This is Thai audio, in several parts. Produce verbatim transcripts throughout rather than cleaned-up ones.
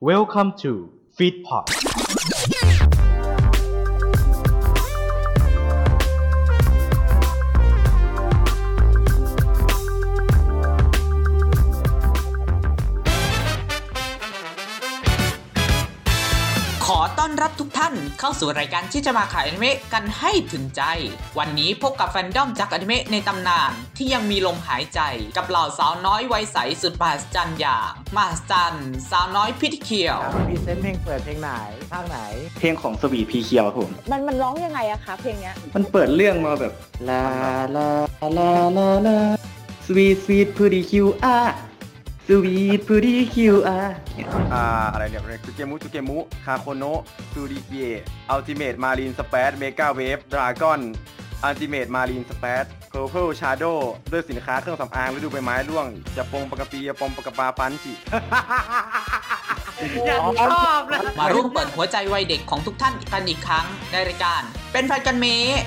Welcome to Feedpot ขอต้อนรับทุกท่านเข้าสู่รายการที่จะมาขายอนิเมะกันให้ถึงใจ วันนี้พบกับแฟนดอมจากอนิเมะในตำนานที่ยังมีลมหายใจกับเหล่าสาวน้อยวัยใสสุดมหัศจรรย์อย่างมหัศจรรย์สาวน้อยพิธีเขียวพรีเซนต์เพลงเปิดเพลงไหนภาคไหนเพลงของสวีพีเคียวครับผมมันมันร้องยังไงอะคะเพลงเนี้ยมันเปิดเรื่องมาแบบลาลาลาลาลาสวีทสวีทพูดีคิวอาสวีทพูดีคิวอาอ่าอะไรเนี่ยจูเกมุจูเกมุคาโคโนะซูริเกะอัลติเมทมารีนสเปซเมกาเวฟดราก้อนอัลติเมทมารีนสเปซเพอร์เพลชาโดด้วยสินค้าเครื่องสำอางฤดูใบไม้ร่วงจะปงปกปีจะปงปกปาปันจิอยากชอบเลยมาร่วมเปิดหัวใจวัยเด็กของทุกท่านกันอีกครั้งในรายการเป็นแฟนกันเมะ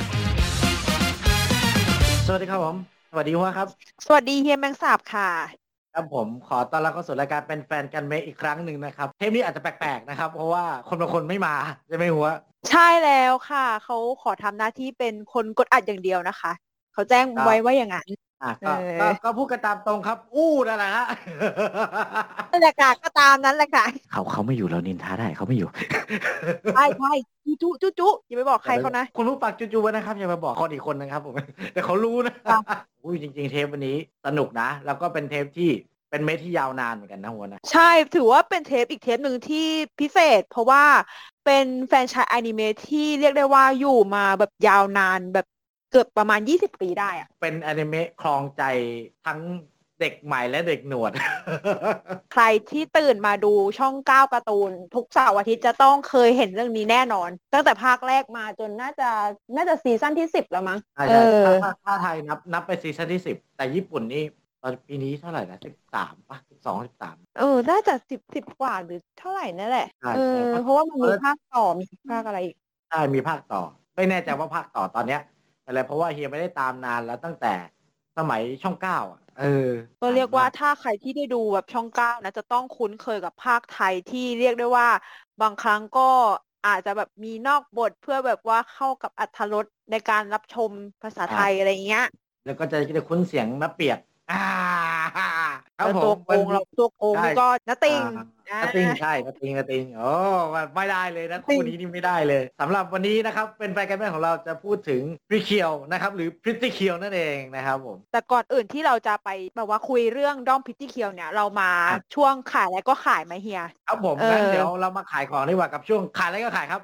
สวัสดีครับผมสวัสดีหัวครับสวัสดีเฮียแมงสาบค่ะครับผมขอต้อนรับเข้าสู่รายการเป็นแฟนกันเมะอีกครั้งหนึ่งนะครับเทปนี้อาจจะแปลกๆนะครับเพราะว่าคนบางคนไม่มาใช่ไหมหัวใช่แล้วค่ะเขาขอทำหน้าที่เป็นคนกดอัดอย่างเดียวนะคะเขาแจ้งไว้ว่าอย่างนั้นอ่ะก็ก็ก็พูดกันตามตรงครับอู้นั่นแหละฮะนั่นแหละค่ะก็ตามนั้นแหละค่ะเขาเขาไม่อยู่เรานินทาได้เขาไม่อยู่ใช่ใช่จุจุจุอย่าไปบอกใครเขานะคุณรู้ปากจุจุไว้นะครับอย่าไปบอกคนอีกคนนะครับผมแต่เขารู้นะอุ้ยจริงๆเทปวันนี้สนุกนะแล้วก็เป็นเทปที่เป็นเมทที่ยาวนานเหมือนกันนะหัวนะใช่ถือว่าเป็นเทปอีกเทปหนึ่งที่พิเศษเพราะว่าเป็นแฟรนไชส์อนิเมะที่เรียกได้ว่าอยู่มาแบบยาวนานแบบเกือบประมาณยี่สิบปีได้อะเป็นอนิเมะครองใจทั้งเด็กใหม่และเด็กหนวดใครที่ตื่นมาดูช่องเก้าการ์ตูนทุกเสาร์อาทิตย์จะต้องเคยเห็นเรื่องนี้แน่นอนตั้งแต่ภาคแรกมาจนน่าจะน่าจะซีซั่นที่สิบแล้วมั้งใช่ถ้าถ้าไทยนับนับไปซีซั่นที่สิบแต่ญี่ปุ่นนี่ตอนปีนี้เท่าไหร่นะสิบสามป่ะสิบสอง สิบสามเออน่าจะสิบ สิบกว่าหรือเท่าไหร่นั่นแหละเออเพราะว่ามันมีภาคต่อมีภาคอะไรอีกใช่มีภาคต่อไม่แน่ใจว่าภาคต่อตอนเนี้ยอะไรเพราะว่าเฮียไม่ได้ตามนานแล้วตั้งแต่สมัยช่องเก้าอ่ะเออก็เรียกว่าถ้าใครที่ได้ดูแบบช่องเก้านะจะต้องคุ้นเคยกับภาคไทยที่เรียกได้ว่าบางครั้งก็อาจจะแบบมีนอกบทเพื่อแบบว่าเข้ากับอรรถรสในการรับชมภาษาไทยอะไรเงี้ยแล้วก็จะได้คุ้นเสียงน้าเปียกอ่าครับผมตัวโกงเราตัวโกงก็นาติงนาติงใช่นาติงนาติงโอ้ไม่ได้เลยนะคู่นี้นี่ไม่ได้เลยสำหรับวันนี้นะครับเป็นแฟนกันแม่ของเราจะพูดถึงพิเคียวนะครับหรือพิตตี้เคียวนั่นเองนะครับผมแต่ก่อนอื่นที่เราจะไปแบบว่าคุยเรื่องด้อมพิตตี้เคียวเนี่ยเรามาช่วงขายแล้วก็ขายมาเฮียครับผมงั้นเดี๋ยวเรามาขายของดีกว่ากับช่วงขายแล้วก็ขายครับ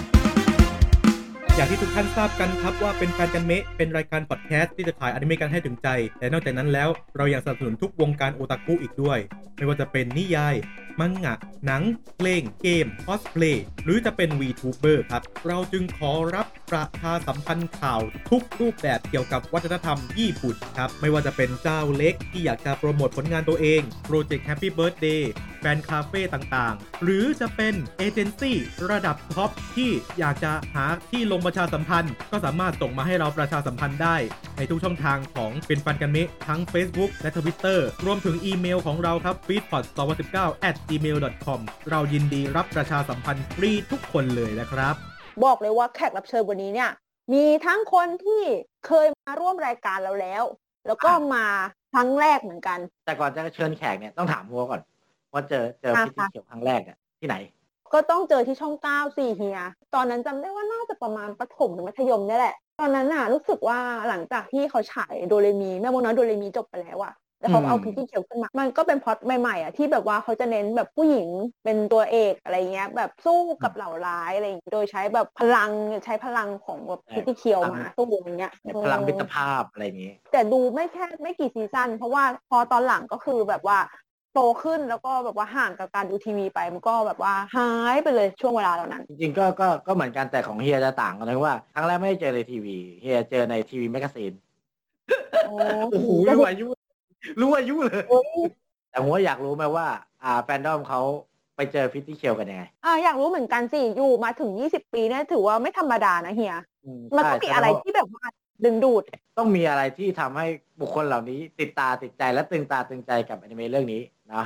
อย่างที่ทุกท่านทราบกันครับว่าเป็นแฟนกันเมะเป็นรายการพอดแคสต์ที่จะขายอนิเมะกันให้ถึงใจแต่นอกจากนั้นแล้วเรายังสนับสนุนทุกวงการโอตาคุอีกด้วยไม่ว่าจะเป็นนิยายมังงะหนังเพลงเกมคอสเพลย์หรือจะเป็น VTuber ครับเราจึงขอรับประชาสัมพันธ์ข่าวทุกรูปแบบเกี่ยวกับวัฒนธรรมญี่ปุ่นครับไม่ว่าจะเป็นเจ้าเล็กที่อยากจะโปรโมทผลงานตัวเองโปรเจกต์ Happy Birthday แฟนคาเฟ่ต่างๆหรือจะเป็นเอเจนซี่ระดับท็อปที่อยากจะหาที่ลงประชาสัมพันธ์ก็สามารถส่งมาให้เราประชาสัมพันธ์ได้ในทุกช่องทางของเป็นฟันกันเมะทั้ง Facebook และ Twitter รวมถึงอีเมลของเราครับ ฟีดพอดสองพันสิบเก้า แอท จีเมล ดอท คอม เรายินดีรับประชาสัมพันธ์ฟรีทุกคนเลยนะครับบอกเลยว่าแขกรับเชิญวันนี้เนี่ยมีทั้งคนที่เคยมาร่วมรายการเราแล้วแล้วก็มาครั้งแรกเหมือนกันแต่ก่อนจะเชิญแขกเนี่ยต้องถามหัวก่อนว่าเจอเจอพิธีเขียวครั้งแรกอ่ะที่ไหนก็ต้องเจอที่ช่องเก้าสี่เฮียตอนนั้นจำได้ว่าน่าจะประมาณประถมหรือมัธยมนี่แหละตอนนั้นน่ะรู้สึกว่าหลังจากที่เขาฉายโดเรมีแม่มดน้อยโดเรมีจบไปแล้วอะแล้วเขาเอาพิธีเขียวขึ้นมามันก็เป็นพล็อตใหม่ๆอะที่แบบว่าเขาจะเน้นแบบผู้หญิงเป็นตัวเอกอะไรเงี้ยแบบสู้กับเหล่าร้ายอะไรโดยใช้แบบพลังใช้พลังของแบบพิธีเขียวมาสู้อย่างเงี้ยพลังมิตรภาพอะไรอย่างงี้แต่ดูไม่แค่ไม่กี่ซีซั่นเพราะว่าพอตอนหลังก็คือแบบว่าโตขึ้นแล้วก็แบบว่าห่างกับการดูทีวีไปมันก็แบบว่าหายไปเลยช่วงเวลาเหล่านั้นจริงๆก็ก็ก็เหมือนกันแต่ของเฮียจะต่างกันเลยว่าครั้งแรกไม่ได้เจอในทีวีเฮียเจอในทีวีแมกกาซีนโอ้โหรู้อายุรู้อายุเลยแต่ผมว่าอยากรู้ไหมว่าอ่าแฟนดอมเขาไปเจอพิตตี้เคียวกันยังไงอ่าอยากรู้เหมือนกันสิอยู่มาถึงยี่สิบปีเนี่ยถือว่าไม่ธรรมดานะเฮียมันต้องมีอะไรที่แบบว่าดึงดูดต้องมีอะไรที่ทำให้บุคคลเหล่านี้ติดตาติดใจและตึงตาตึงใจกับอนิเมะเรื่องนี้นะ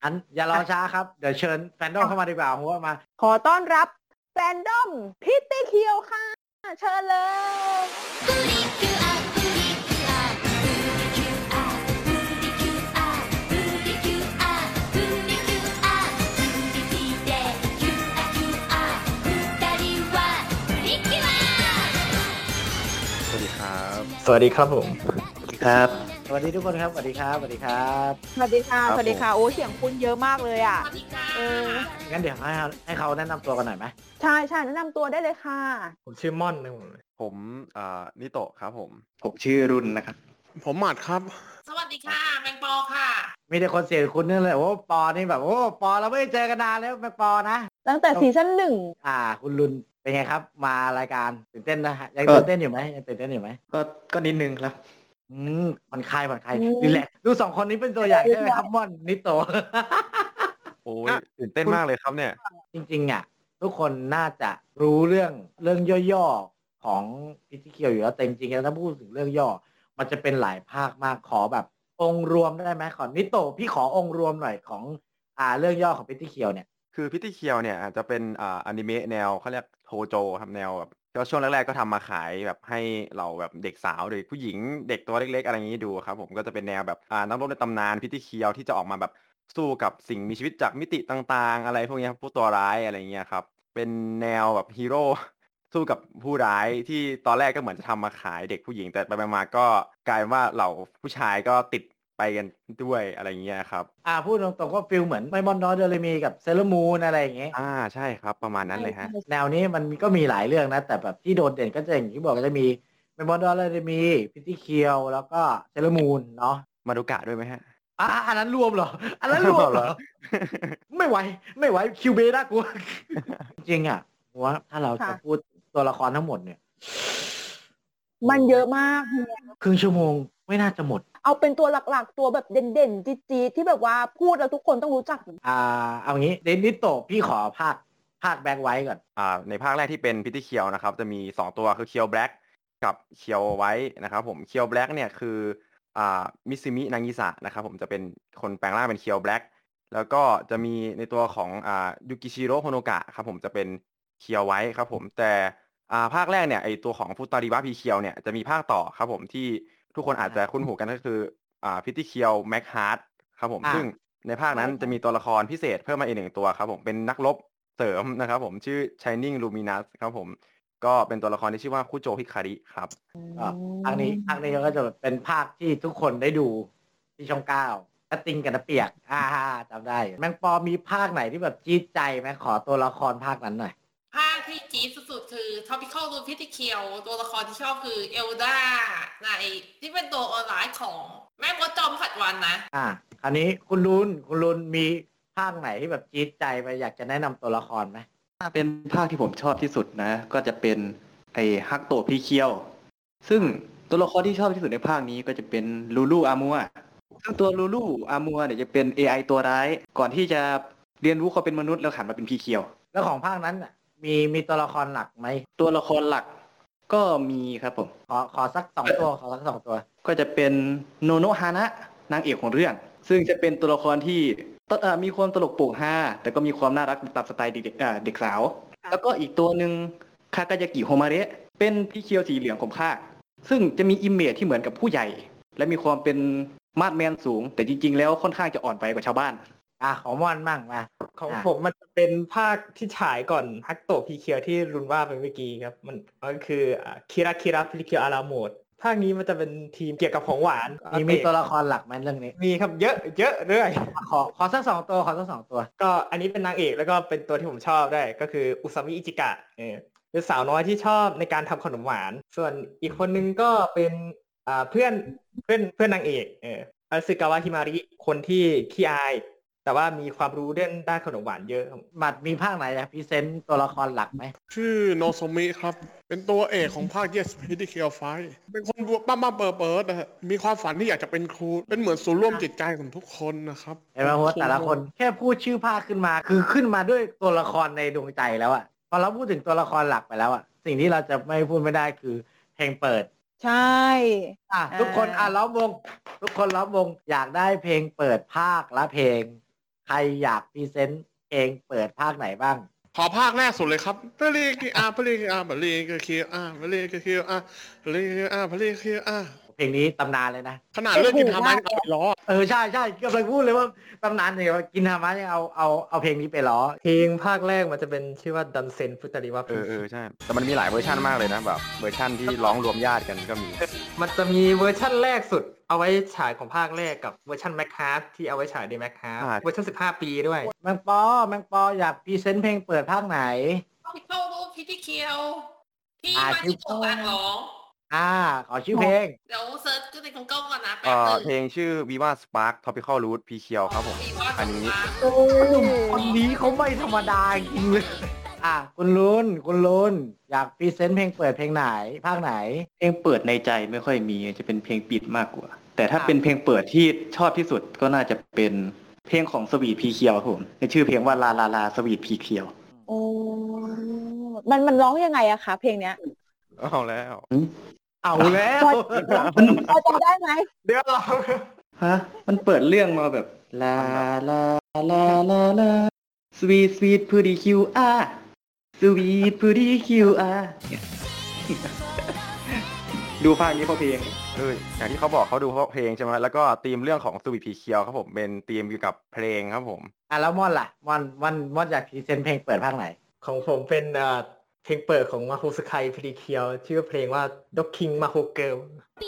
อันอย่ารอช้าครับเดี๋ยวเชิญแฟนดอมเข้ามาดีกว่าหัวมาขอต้อนรับแฟนดอมพิตตี้เคียวค่ะ เชิญเลยสวัสดีครับสวัสดีครับผมครับสวัสดีทุกคนครับสวัสดีครับสวัสดีครับสวัสดีค่ะครับสวัสดีค่ะ โอ้เสียงคุณเยอะมากเลยอ่ะเอองั้นเดี๋ยวให้เขาให้เขาแนะนำตัวกันหน่อยไหมใช่ใช่แนะนำตัวได้เลยค่ะผมชื่อม่อนนะผมผมอ่านิโตะครับผมผมชื่อรุ่นนะครับผมหมัดครับสวัสดีค่ะ แมงปอค่ะมีแต่คนเสียงคุณนี่เลยโอ้ปอนี่แบบโอ้ปอเราไม่ได้เจอกันนานแล้วแม็กปอนะตั้งแต่ซีซั่นหนึ่งอ่า คุณลุนเป็นไงครับ มารายการตื่นเต้นนะฮะยังเออตื่นเต้นอยู่ไหมยังตื่นเต้นอยู่ไหมก็ก็นิดนึงครับอืมผ่อนคลายผ่อนคลายดีแหละดูสองคนนี้เป็นตัวอย่างใช่ไหมครับม่อนนิโตะโอ้ยตื่นเต้นมากเลยครับเนี่ยจริงๆอ่ะทุกคนน่าจะรู้เรื่องเรื่องย่อๆของพิธีเคียวอยู่แล้วแต่จริงๆแล้วถ้าพูดถึงเรื่องย่อ มันจะเป็นหลายภาคมากขอแบบองค์รวมได้ไหมขอนิโตะพี่ขอองค์รวมหน่อยของอ่าเรื่องย่อของพิธีเคียวเนี่ยคือพิธีเคียวเนี่ยอาจจะเป็นอ่าอนิเมะแนวเขาเรียกโทโจครับแนวแบบก็ช่วงแรกๆก็ทำมาขายแบบให้เราแบบเด็กสาวหรือผู้หญิงเด็กตัวเล็กๆอะไรอย่างนี้ดูครับผมก็จะเป็นแนวแบบอ่านักรบในตำนานพิธีเคียวที่จะออกมาแบบสู้กับสิ่งมีชีวิตจากมิติต่างๆ อะไรพวกนี้ครับพวกตัวร้ายอะไรอย่างเงี้ยครับเป็นแนวแบบฮีโร่ สู้กับผู้ร้ายที่ตอนแรกก็เหมือนจะทำมาขายเด็กผู้หญิงแต่ไปๆมาๆก็กลายเป็นว่าเหล่าผู้ชายก็ติดไปกันด้วยอะไรอย่างเงี้ยครับอ่าพูดตรงๆก็ฟิลเหมือนไมมอนดอเดลมีกับเซเลอร์มูนอะไรอย่างเงี้ยอ่าใช่ครับประมาณนั้นเลยฮะแนวนี้มันก็มีหลายเรื่องนะ แต่แบบที่โดดเด่นก็จะอย่างที่บอกก็จะมีไมมอนดอเดลมีพิธีเคียวแล้วก็เซเลอร์มูนเนาะมาดูกะด้วยไหมฮะอ่าอันนั้นรวมเหรออันนั้นรวมเหรอ ไม่ไหวไม่ไหวคิวเบน่ากลัว จริงๆอ่ะว่าถ้าเราจะพูดตัวละครทั้งหมดเนี่ยมันเยอะมากเนี่ยครึ่งชั่วโมงไม่น่าจะหมดเอาเป็นตัวหลักๆ ตัวแบบเด่นๆจี๊ดๆที่แบบว่าพูดแล้วทุกคนต้องรู้จักอ่าเอางี้เดนนิโตะพี่ขอภาคภาคแบ็คไว้ก่อนอ่าในภาคแรกที่เป็นพิธีเคียวนะครับจะมีสองตัวคือเคียวแบล็กกับเคียวไว้นะครับผมเคียวแบล็กเนี่ยคืออ่ามิซึมินางิสะนะครับผมจะเป็นคนแปลงร่างเป็นเคียวแบล็กแล้วก็จะมีในตัวของอ่ายุกิชิโร่โฮโนกะครับผมจะเป็นเคียวไว้ครับผมแต่อ่าภาคแรกเนี่ยไอตัวของฟุตาริบะพีเคียวเนี่ยจะมีภาคต่อครับผมที่ทุกคนอาจจะคุ้นหูกันก็คืออ่าพิธีเคียวแม็กฮาร์ดครับผมอ่าซึ่งในภาคนั้นจะมีตัวละครพิเศษเพิ่มมาอีกหนึ่งตัวครับผมเป็นนักรบเสริมนะครับผมชื่อ Shining Luminous ครับผมก็เป็นตัวละครที่ชื่อว่าคุโจฮิคาริครับก็ภาคนี้ภาคนี้ก็จะเป็นภาคที่ทุกคนได้ดูที่ช่องเก้านัตติงกับนัเปียกอ่าจำได้แมงปอมีภาคไหนที่แบบจี๊ดใจไหมขอตัวละครภาคนั้นหน่อยภาคที่จี๊ดสุดๆ คือ Tropical Room พิธีเคียว ตัวละครที่ชอบคือเอลดาในที่เป็นตัวออนไลน์ของแม่มดจอมผัดวันนะอ่าคราวนี้คุณลุนคุณลุนมีภาคไหนที่แบบจี๊ดใจไปอยากจะแนะนำตัวละครไหมถ้าเป็นภาคที่ผมชอบที่สุดนะ ก็จะเป็นไอ้ฮักโตะพีเคียว ซึ่งตัวละครที่ชอบที่สุดในภาคนี้ก็จะเป็นลูลูอามัวซึ่งตัวลูลูอามัวเนี่ยจะเป็น เอ ไอ ตัวร้าย ก่อนที่จะเรียนรู้ความเป็นมนุษย์แล้วหันมาเป็นพีเคียวแล้วของภาคนั้นน่ะมีมีตัวละครหลักไหมตัวละครหลักก็มีครับผมขอขอสักสองตัวขอสักสองตัวก็จะเป็นโนโนะฮานะนางเอกของเรื่อง ซึ่งจะเป็นตัวละครที่ตเอ่อมีความตลกโปกฮาแต่ก็มีความน่ารักตามสไตล์เด็กๆอ่าเด็กสาว แล้วก็อีกตัวหนึ่งคากายากิโฮมาเระเป็นพี่เคียวสีเหลืองของภาคซึ่งจะมีอิมเมจที่เหมือนกับผู้ใหญ่ และมีความเป็นมาดแมนสูง แต่จริงๆแล้วค่อนข้างจะอ่อนไปกว่าชาวบ้านอ่ะของมอนมั่งมาของอ่ะผมมันจะเป็นภาคที่ฉายก่อนฮักโตะพีเคียวที่รุนว่าไปเมื่อกี้ครับ มันก็คือคิราคิระพิลิเคียวอาราโมดภาคนี้มันจะเป็นทีมเกี่ยวกับของหวานมีมีตัวละครหลักไหมเรื่องนี้มีครับเยอะเยอะเรื่อยขอขอสักสองตัวขอสักสองตัวก็อันนี้เป็นนางเอกแล้วก็เป็นตัวที่ผมชอบได้ก็คืออุซามิอิจิกะเออเป็นสาวน้อยที่ชอบในการทำขนมหวาน ส่วนอีกคนนึงก็เป็นอ่าเพื่อนเพื่อนเพื่อนนางเอกเอออาซึกาวะฮิมาริคนที่ขี้อาย แต่ว่ามีความรู้เรื่องด้านขนมหวานเยอะครับบัตรมีภาคไหนอะพรีเซนต์ตัวละครหลักไหมชื่อโนโซมิครับ เป็นตัวเอกของภาค Yes พิธีเคียวไฟเป็นคนบ้าๆเปิดๆนะฮะมีความฝันที่อยากจะเป็นครู เป็นเหมือนศูนย์ร่วมจิตใจของทุกคนนะครับเห็นไหมว่าแต่ละคนแค่พูดชื่อภาคขึ้นมา คือขึ้นมาด้วยตัวละครในดวงใจแล้วอะพอเราพูดถึงตัวละครหลักไปแล้วอะสิ่งที่เราจะไม่พูดไม่ได้คือเพลงเปิดใช่อ่ะทุกคนอ่ะล้อมวง ทุกคนล้อมวงอยากได้เพลงเปิดภาคและเพลงใครอยากพรีเซนต์เพลงเปิดภาคไหนบ้างขอภาคแรกสุดเลยครับเพลงกีอาเพลงกีอาเพลงกีอาเพลงกีอาเพลงกีอาเพลงกีอาเพลงนี้ตำนานเลยนะขนาดเรื่องกินทามันเอาไปล้อเออใช่ใช่กำลังพูดเลยว่าตำนานเนี่ยกินทามันยังเอาเอาเอาเพลงนี้ไปล้อเพลงภาคแรกมันจะเป็นชื่อว่าดันเซนฟุตาริวะเออเออใช่แต่มันมีหลายเวอร์ชันมากเลยนะแบบเวอร์ชันที่ร้องรวมญาติกันก็มีมันจะมีเวอร์ชั่นแรกสุดเอาไว้ฉายของภาคแรกกับเวอร์ชันแมคฮาร์ทที่เอาไว้ฉายในแมคฮาร์ทเวอร์ชันสิบห้าปีด้วยแมงปอแมงปออยากพรีเซนต์เพลงเปิดภาคไหนเข้ารูปพิธีเคียวที่มาที่ผมอ่านร้องอ่าขอชื่อเพลงเดี๋ยวเซิร์ชก็ในของเก้าก่อนนะแป๊บนึงงเพลงชื่อ Viva Spark Tropical Root พีเคียวครับผมอันนี้คนนี้เขาไม่ธรรมดาจริงเลยอ่ะคุณลุนคุณลุนอยากพรีเซนต์เพลงเปิดเพลงไหนภาคไหนเพลงเปิดในใจไม่ค่อยมีจะเป็นเพลงปิดมากกว่าแต่ถ้าเป็นเพลงเปิดที่ชอบที่สุดก็น่าจะเป็นเพลงของสวีทพีเคียวครับผมในชื่อเพลงว่าลาลาลาสวีทพีเคียวโอ้มันมันร้องยังไงอะคะเพลงเนี้ยเอาแล้วเอาแล้วพอจำได้ไหมเดี๋ยวเราฮะมันเปิดเรื่องมาแบบลาลาลาลาลาสวีทสวีทพูดีคิวอาสวีทพูดีคิวอาดูภาคนี้เพราะเพลงเอออย่างที่เขาบอกเขาดูเพราะเพลงใช่ไหมแล้วก็ธีมเรื่องของสวีทพีเคียวครับผมเป็นธีมเกี่ยวกับเพลงครับผมอ่ะแล้วม่อนล่ะม่อนม่อนม่อนอยากพรีเซนต์เพลงเปิดภาคไหนของผมเป็นอ่าเพลงเปิดของมาโฮสไคพรีเคียวชื่อเพลงว่าด็อกคิงมาโฮเกิล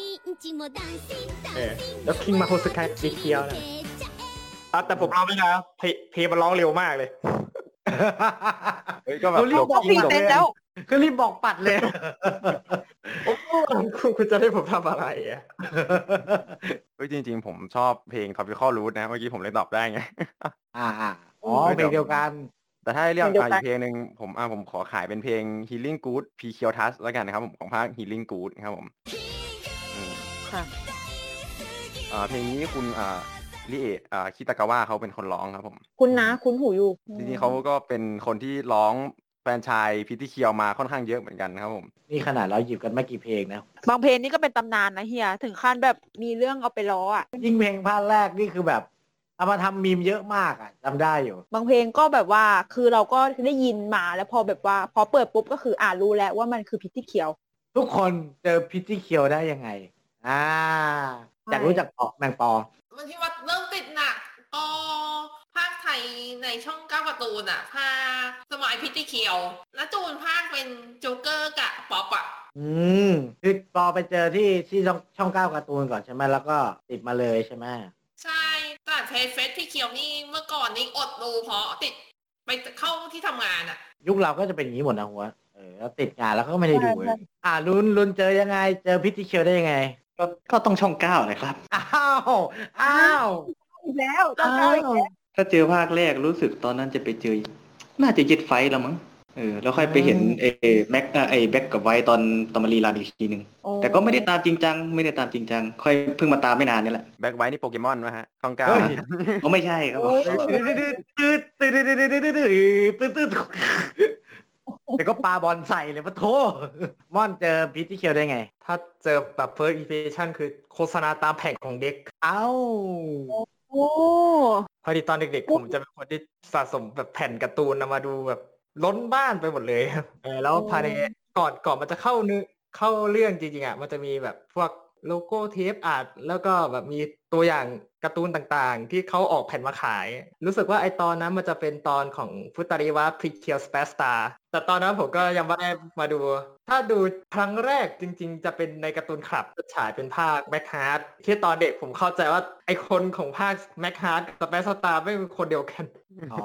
เออด็อกคิงมาโฮสไคพรีเคียวนะแต่ผมร้องไม่ได้นะเพลงมันร้องเร็วมากเลยเฮ้ยก็แบบรีบบอกปัดเลยแล้วก็รีบบอกปัดเลยโอ้คุณคุณจะให้ผมทำอะไรอ่ะเฮ้ยจริงๆผมชอบเพลง Tropical Root นะเมื่อกี้ผมเลยตอบได้ไงอ่าอ๋อเพลงเดียวกันแต่ถ้าให้เรียกอีกเพลงหนึ่งผมอ่าผมขอขายเป็นเพลง Healing Good P เคียว Touch แล้วกันนะครับผมของภาค Healing Good ครับผมค่ะอ่าเพลงนี้คุณอ่าริเอะอ่าคิตากาวะเขาเป็นคนร้องครับผมคุณนะคุณหูอยู่จริงๆเขาก็เป็นคนที่ร้องแฟรนไชส์พิธีเคียวมาค่อนข้างเยอะเหมือนกันครับผมนี่ขนาดเราหยิบกันไม่กี่เพลงนะบางเพลงนี่ก็เป็นตำนานนะเฮียถึงขั้นแบบมีเรื่องเอาไปล้ออ่ะยิ่งเพลงภาคแรกนี่คือแบบเอามาทำมีมเยอะมากอ่ะจำได้อยู่บางเพลงก็แบบว่าคือเราก็ได้ยินมาแล้วพอแบบว่าพอเปิดปุ๊บก็คืออ่านรู้แล้วว่ามันคือพิธีเคียวทุกคนเจอพิธีเคียวได้ยังไงอ่าอยากรู้จักปอแมงปอมันที่ว่าเริ่มติดหนักก็ภาคไทยในช่องเก้าการ์ตูนอ่ะภาคสมัยพิธีเคียวแล้วจูนภาคเป็นโจ๊กเกอร์กับป๊อปอ่ะอืมคือปอไปเจอที่ที่ช่องช่องเก้าการ์ตูนก่อนใช่ไหมแล้วก็ติดมาเลยใช่ไหมใช่แต่เทเฟสที่เคียวนี่เมื่อก่อนนี่อดดูเพราะติดไปเข้าที่ทำงานอ่ะยุคเราก็จะเป็นอย่างนี้หมดนะหัวเออแล้วติดงานแล้วก็ไม่ได้ดูเลยอ่าลุนลุนเจอยังไงเจอพิธีเคียวได้ยังไงก็ก็ต้องช่องเก้าเลยครับอ้าวอ้าวอีกแล้วช่องเก้าอีกแล้วถ้าเจอภาคแรกรู้สึกตอนนั้นจะไปเจอน่าจะเจ็ดไฟแล้วมั้งเออแล้วค่อยไปเห็นไอ้แม็กไอ้แบ็กกับไวตอนตอนมารีลาอีกทีนึงแต่ก็ไม่ได้ตามจริงจังไม่ได้ตามจริงจังค่อยเพิ่งมาตามไม่นานนี่แหละแบ็กไวนี่โปเกมอนวะฮะช่องเก้าก็ไม่ใช่ครับตืดตืดตืดตืดตืดตืดตืดตืดแต่ก็ปาบอลใส่เลยปะโถม่อนเจอพิธีเคียวได้ไงถ้าเจอแบบ first impression คือโฆษณาตามแผงของเด็กเอ้าโอ้พอดีตอนเด็กๆผมจะเป็นคนที่สะสมแบบแผ่นการ์ตูนนำมาดูแบบล้นบ้านไปหมดเลยเออแล้วภายในก่อนก่อนมันจะเข้าเนื้อเข้าเรื่องจริงๆอ่ะมันจะมีแบบพวกโลโก้เทปอาร์ตแล้วก็แบบมีตัวอย่างการ์ตูนต่างๆที่เขาออกแผ่นมาขายรู้สึกว่าไอตอนนั้นมันจะเป็นตอนของฟุตาริวะพริเคียวสเปซสตาร์แต่ตอนนั้นผมก็ยังไม่ได้มาดูถ้าดูครั้งแรกจริงๆจะเป็นในการ์ตูนคลับจะฉายเป็นภาคแม็กฮาร์ดที่ตอนเด็กผมเข้าใจว่าไอคนของภาคแม็กฮาร์ดสเปซสตาร์ไม่เป็นคนเดียวกันอ๋อ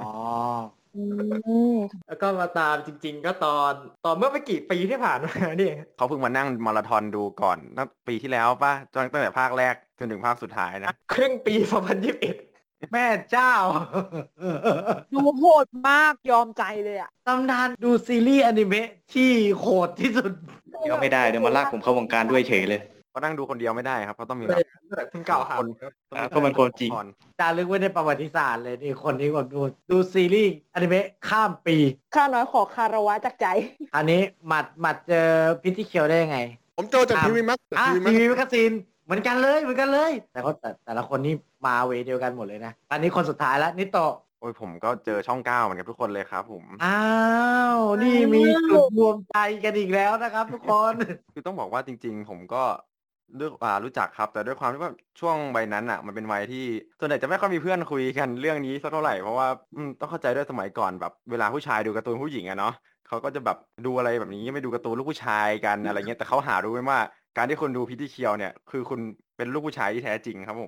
แล้วก็มาตามจริงๆก็ตอนตอนเมื่อไม่กี่ปีที่ผ่านมานี่เขาเพิ่งมานั่งมาราธอนดูก่อนตั้งปีที่แล้วป่ะจนตั้งแต่ภาคแรกจนถึงภาคสุดท้ายนะครึ่งปีสองพันยี่สิบเอ็ดแม่เจ้าดูโหดมากยอมใจเลยอ่ะตำนานดูซีรีส์อนิเมะที่โหดที่สุดเดี๋ยวไม่ได้เดี๋ยวมาลากผมเข้าวงการด้วยเฉยเลยก็นั่งดูคนเดียวไม่ได้ครับเพราะต้องมีแบบคุณเก่าหาก็มันคนจริงจารึกไว้ในประวัติศาสตร์เลยนี่คนนี้คนดูดูซีรีส์อนิเมะข้ามปีข้าน้อยขอคารวะจากใจอันนี้หมัดหมัดเจอพิธีเคียวได้ยังไงผมเจอจากทีวีแม็กทีวีแมกซีนเหมือนกันเลยเหมือนกันเลย แต่เขาแต่แต่ละคนนี่มาเวเดียวกันหมดเลยนะอันนี้คนสุดท้ายแล้วนิโตะโอ้ยผมก็เจอช่องเก้าเหมือนกันทุกคนเลยครับผมอ้าวนี่มีจุดรวมใจกันอีกแล้วนะครับ ทุกคนคือต้องบอกว่าจริง ๆ ผมก็ด้วยอ่ารู้จักครับ แต่ด้วยความที่ว่าช่วงวัยนั้นอ่ะ มันเป็นวัยที่ส่วนใหญ่จะไม่ค่อยมีเพื่อนคุยกันเรื่องนี้สักเท่าไหร่เพราะว่าอืมต้องเข้าใจด้วยสมัยก่อนแบบเวลาผู้ชายดูการ์ตูนผู้หญิงอะเนาะเขาก็จะแบบดูอะไรแบบนี้ไม่ดูการ์ตูนลูกผู้ชายกันอะไรเงี้ยแต่เขาหารู้ไหมว่าการที่คุณดูพิธีเคียวเนี่ยคือคุณเป็นลูกผู้ชายที่แท้จริงครับผม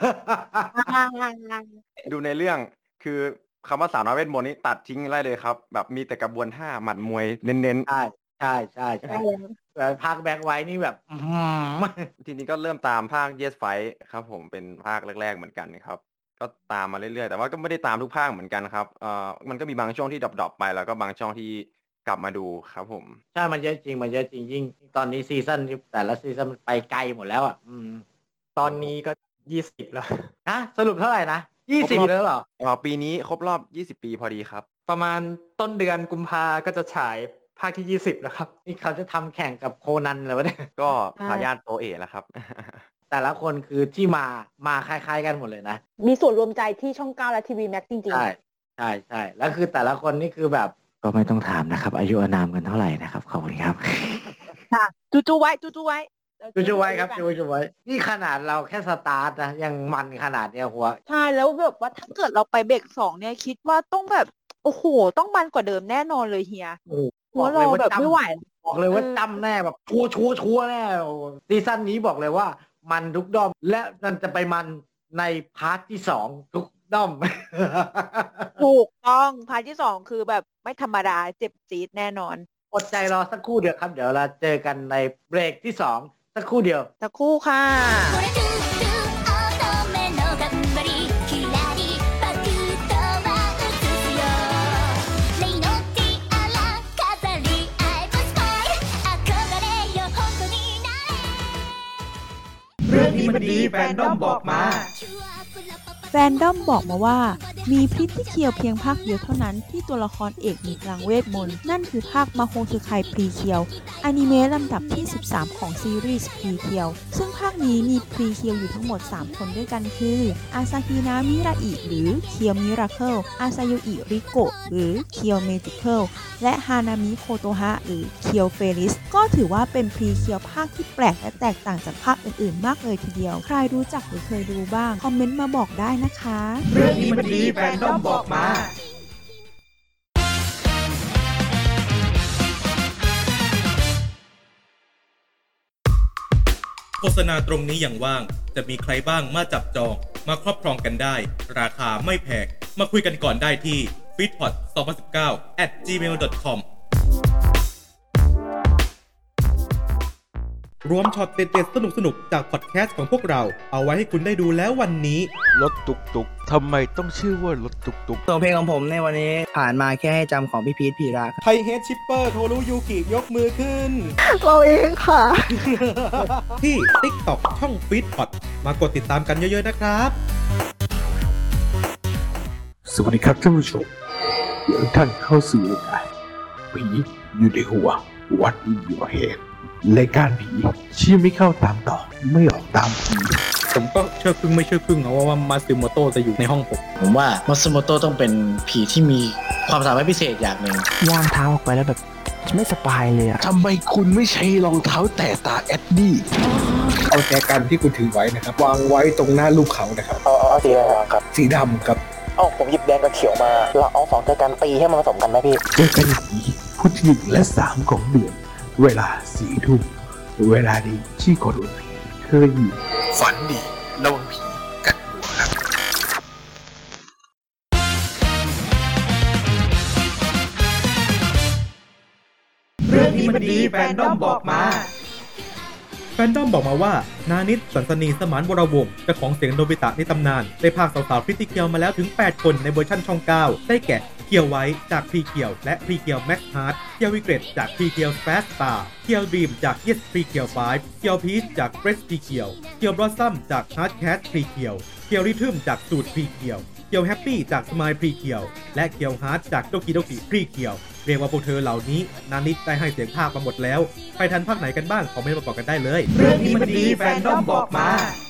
ดูในเรื่องคือคำว่าสาวน้อยเวทมนต์นี้ตัดทิ้งไล่เลยครับ แบบมีแต่กระบวนท่าหมัดมวยเน้นใช่ใช่ใช่ใช่แต่ภาคแบ็คไว้นี่แบบ อื้อหือๆ ทีนี้ก็เริ่มตามภาค Yes Fight ครับผมเป็นภาคแรก ๆ เหมือนกันครับ ก็ตามมาเรื่อยๆ แต่ว่าก็ไม่ได้ตามทุกภาคเหมือนกันครับเอ่อมันก็มีบางช่วงที่ดรอปๆไปแล้วก็บางช่วงที่กลับมาดูครับผมใช่มันเยอะจริงมันเยอะจริงยิ่งตอนนี้ซีซั่นแต่ละซีซั่นมันไปไกลหมดแล้วอ่ะอืมตอนนี้ก็ยี่สิบแล้วฮะสรุปเท่าไหร่นะยี่สิบแล้วเหรอเอ่อปีนี้ครบรอบยี่สิบปีพอดีครับประมาณต้นเดือนกุมภาก็จะฉายภาคที่ยี่สิบแล้วครับนี่เขาจะทำแข่งกับโคนันเลยวะเนี่ยก็ทายาทโตเอะแล้วครับแต่ละคนคือที่มามาคล้ายๆกันหมดเลยนะมีส่วนรวมใจที่ช่องเก้าและทีวีแม็กจริงใช่ใช่ใช่แล้วคือแต่ละคนนี่คือแบบก็ไม่ต้องถามนะครับ อายุอานามกันเท่าไหร่นะครับขอบคุณครับๆค่ะจูจูไว้จูจูไว้จูจูไว้ครับจูจูไว้นี่ขนาดเราแค่สตาร์ทนะยังมันขนาดเนี้ยหัวใช่แล้วแบบว่าถ้าเกิดเราไปเบรกสองเนี่ยคิดว่าต้องแบบโอ้โหต้องมันกว่าเดิมแน่นอนเลยเฮียโอ้หัวเราแบบไม่ไหวบอกเลยว่าเออจำแน่แบบชัวร์ชัวร์ชัวร์แน่โอ้ซีซั่นนี้บอกเลยว่ามันทุกด้อมและมันจะไปมันในพาร์ทที่สองทุกด้อมถูกต้องพาร์ทที่สองคือแบบไม่ธรรมดาเจ็บจี๊ดแน่นอนอดใจรอสักครู่เดียวครับ เดี๋ยวเราเจอกันในเบรกที่สองสักครู่เดียวสักครู่ค่ะเรื่องนี้มันดีแฟนดอมบอกมาแฟนดอมบอกมาว่ามีพริตตี้เคียวเพียงภาคเดียวเท่านั้นที่ตัวละครเอกมีพลังเวทมนต์นั่นคือภาคมาโฮสึไคพรีเคียวอนิเมะลำดับที่สิบสามของซีรีส์พรีเคียวซึ่งภาคนี้มีพรีเคียวอยู่ทั้งหมดสามคนด้วยกันคืออาซาฮินะมิราอิหรือเคียวมิราเคิลอาซาโยอิริโกะหรือเคียวเมจิเคิลและฮานามิโคโตฮะหรือเคียวเฟลิสก็ถือว่าเป็นพรีเคียวภาคที่แปลกและแตกต่างจากภาคอื่นๆมากเลยทีเดียวใครรู้จักหรือเคยดูบ้างคอมเมนต์มาบอกได้นะคะเรื่องนี้มันดีแฟนดอมบอกมา โฆษณาตรงนี้อย่างว่างจะมีใครบ้างมาจับจองมาครอบครองกันได้ ราคาไม่แพงมาคุยกันก่อนได้ที่ ฟีดพอด สองพันสิบเก้า แอท จีเมล ดอท คอม รวมช็อตเด็ดๆสนุกๆจากพอดแคสต์ของพวกเราเอาไว้ให้คุณได้ดูแล้ววันนี้รถตุกตุกทำไมต้องชื่อว่ารถตุกตุกส่วนเพลงของผมในวันนี้ผ่านมาแค่ให้จำของพี่พีทพีระครับไทเฮดชิปเปอร์โทรุยูกิยกมือขึ้นเราเองค่ะที่ TikTok ช่อง ฟีดพอด มากดติดตามกันเยอะๆนะครับสวัสดีครับท่านผู้ชมเดี๋ยวท่านเข้าสู่รายการผีอยู่ในหัว What in your head รายการผีชี้ไม่เข้าตามต่อไม่ออกตามผีผมก็เชื่อพึ่งไม่เชื่อพึ่งเอาว่ามาซึโมโตะจะอยู่ในห้องผมผมว่ามัตสึโมโตะต้องเป็นผีที่มีความสามารถพิเศษอย่างหนึ่งย่างเท้าออกไปแล้วแบบไม่สบายเลยอะทำไมคุณไม่ใช้รองเท้าแตะตาแอดดี้เอาแจกันที่คุณถือไว้นะครับวางไว้ตรงหน้ารูปเขานะครับเอาเอาสีอะไรครับสีดำครับเอ้าผมหยิบแดงกับเขียวมาเราเอาสองเจอกันตีให้มันผสมกันไหมพี่เจอกันผีพุธที่หนึ่งและสามของเดือนเวลาสี่ทุ่มเวลาดีที่คนอุ่นผีเคยอยู่ฝันดีระวังผีกัดหัวครับเรื่องนี้มันดีแฟนดอมบอกมา แฟนดอมบอกมาว่านานิตสันสนีสมานวรวงศ์เจ้าของเสียงโนบิตะในตำนานได้พากย์สาวๆพริตตี้เคียวมาแล้วถึงแปดคนในเวอร์ชั่นช่องเก้าได้แก่เคียวไว้จากพรีเคียวและพรีเคียวแม็กซ์ฮาร์ดเคียววิเกรตจากพรีเคียวสเปซตาร์เคียวดรีมจากเยสพรีเคียวไฟว์เคียวพีชจากเฟรชพรีเคียวเคียวบลอสซัมจากฮาร์ดแคทพรีเคียวเคียวริทึมจากสูตรพรีเคียวเคียวแฮปปี้จากสมายพรีเคียวและเคียวฮาร์ดจากโดกิโดกิพรีเคียวเรียกว่าพวกเธอเหล่านี้นานิตได้ให้เสียงภาคมาหมดแล้วใครทันภาคไหนกันบ้างคอมเมนต์มาบอกกันได้เลยเรื่องนี้มันดีแฟนนดอมบอกมา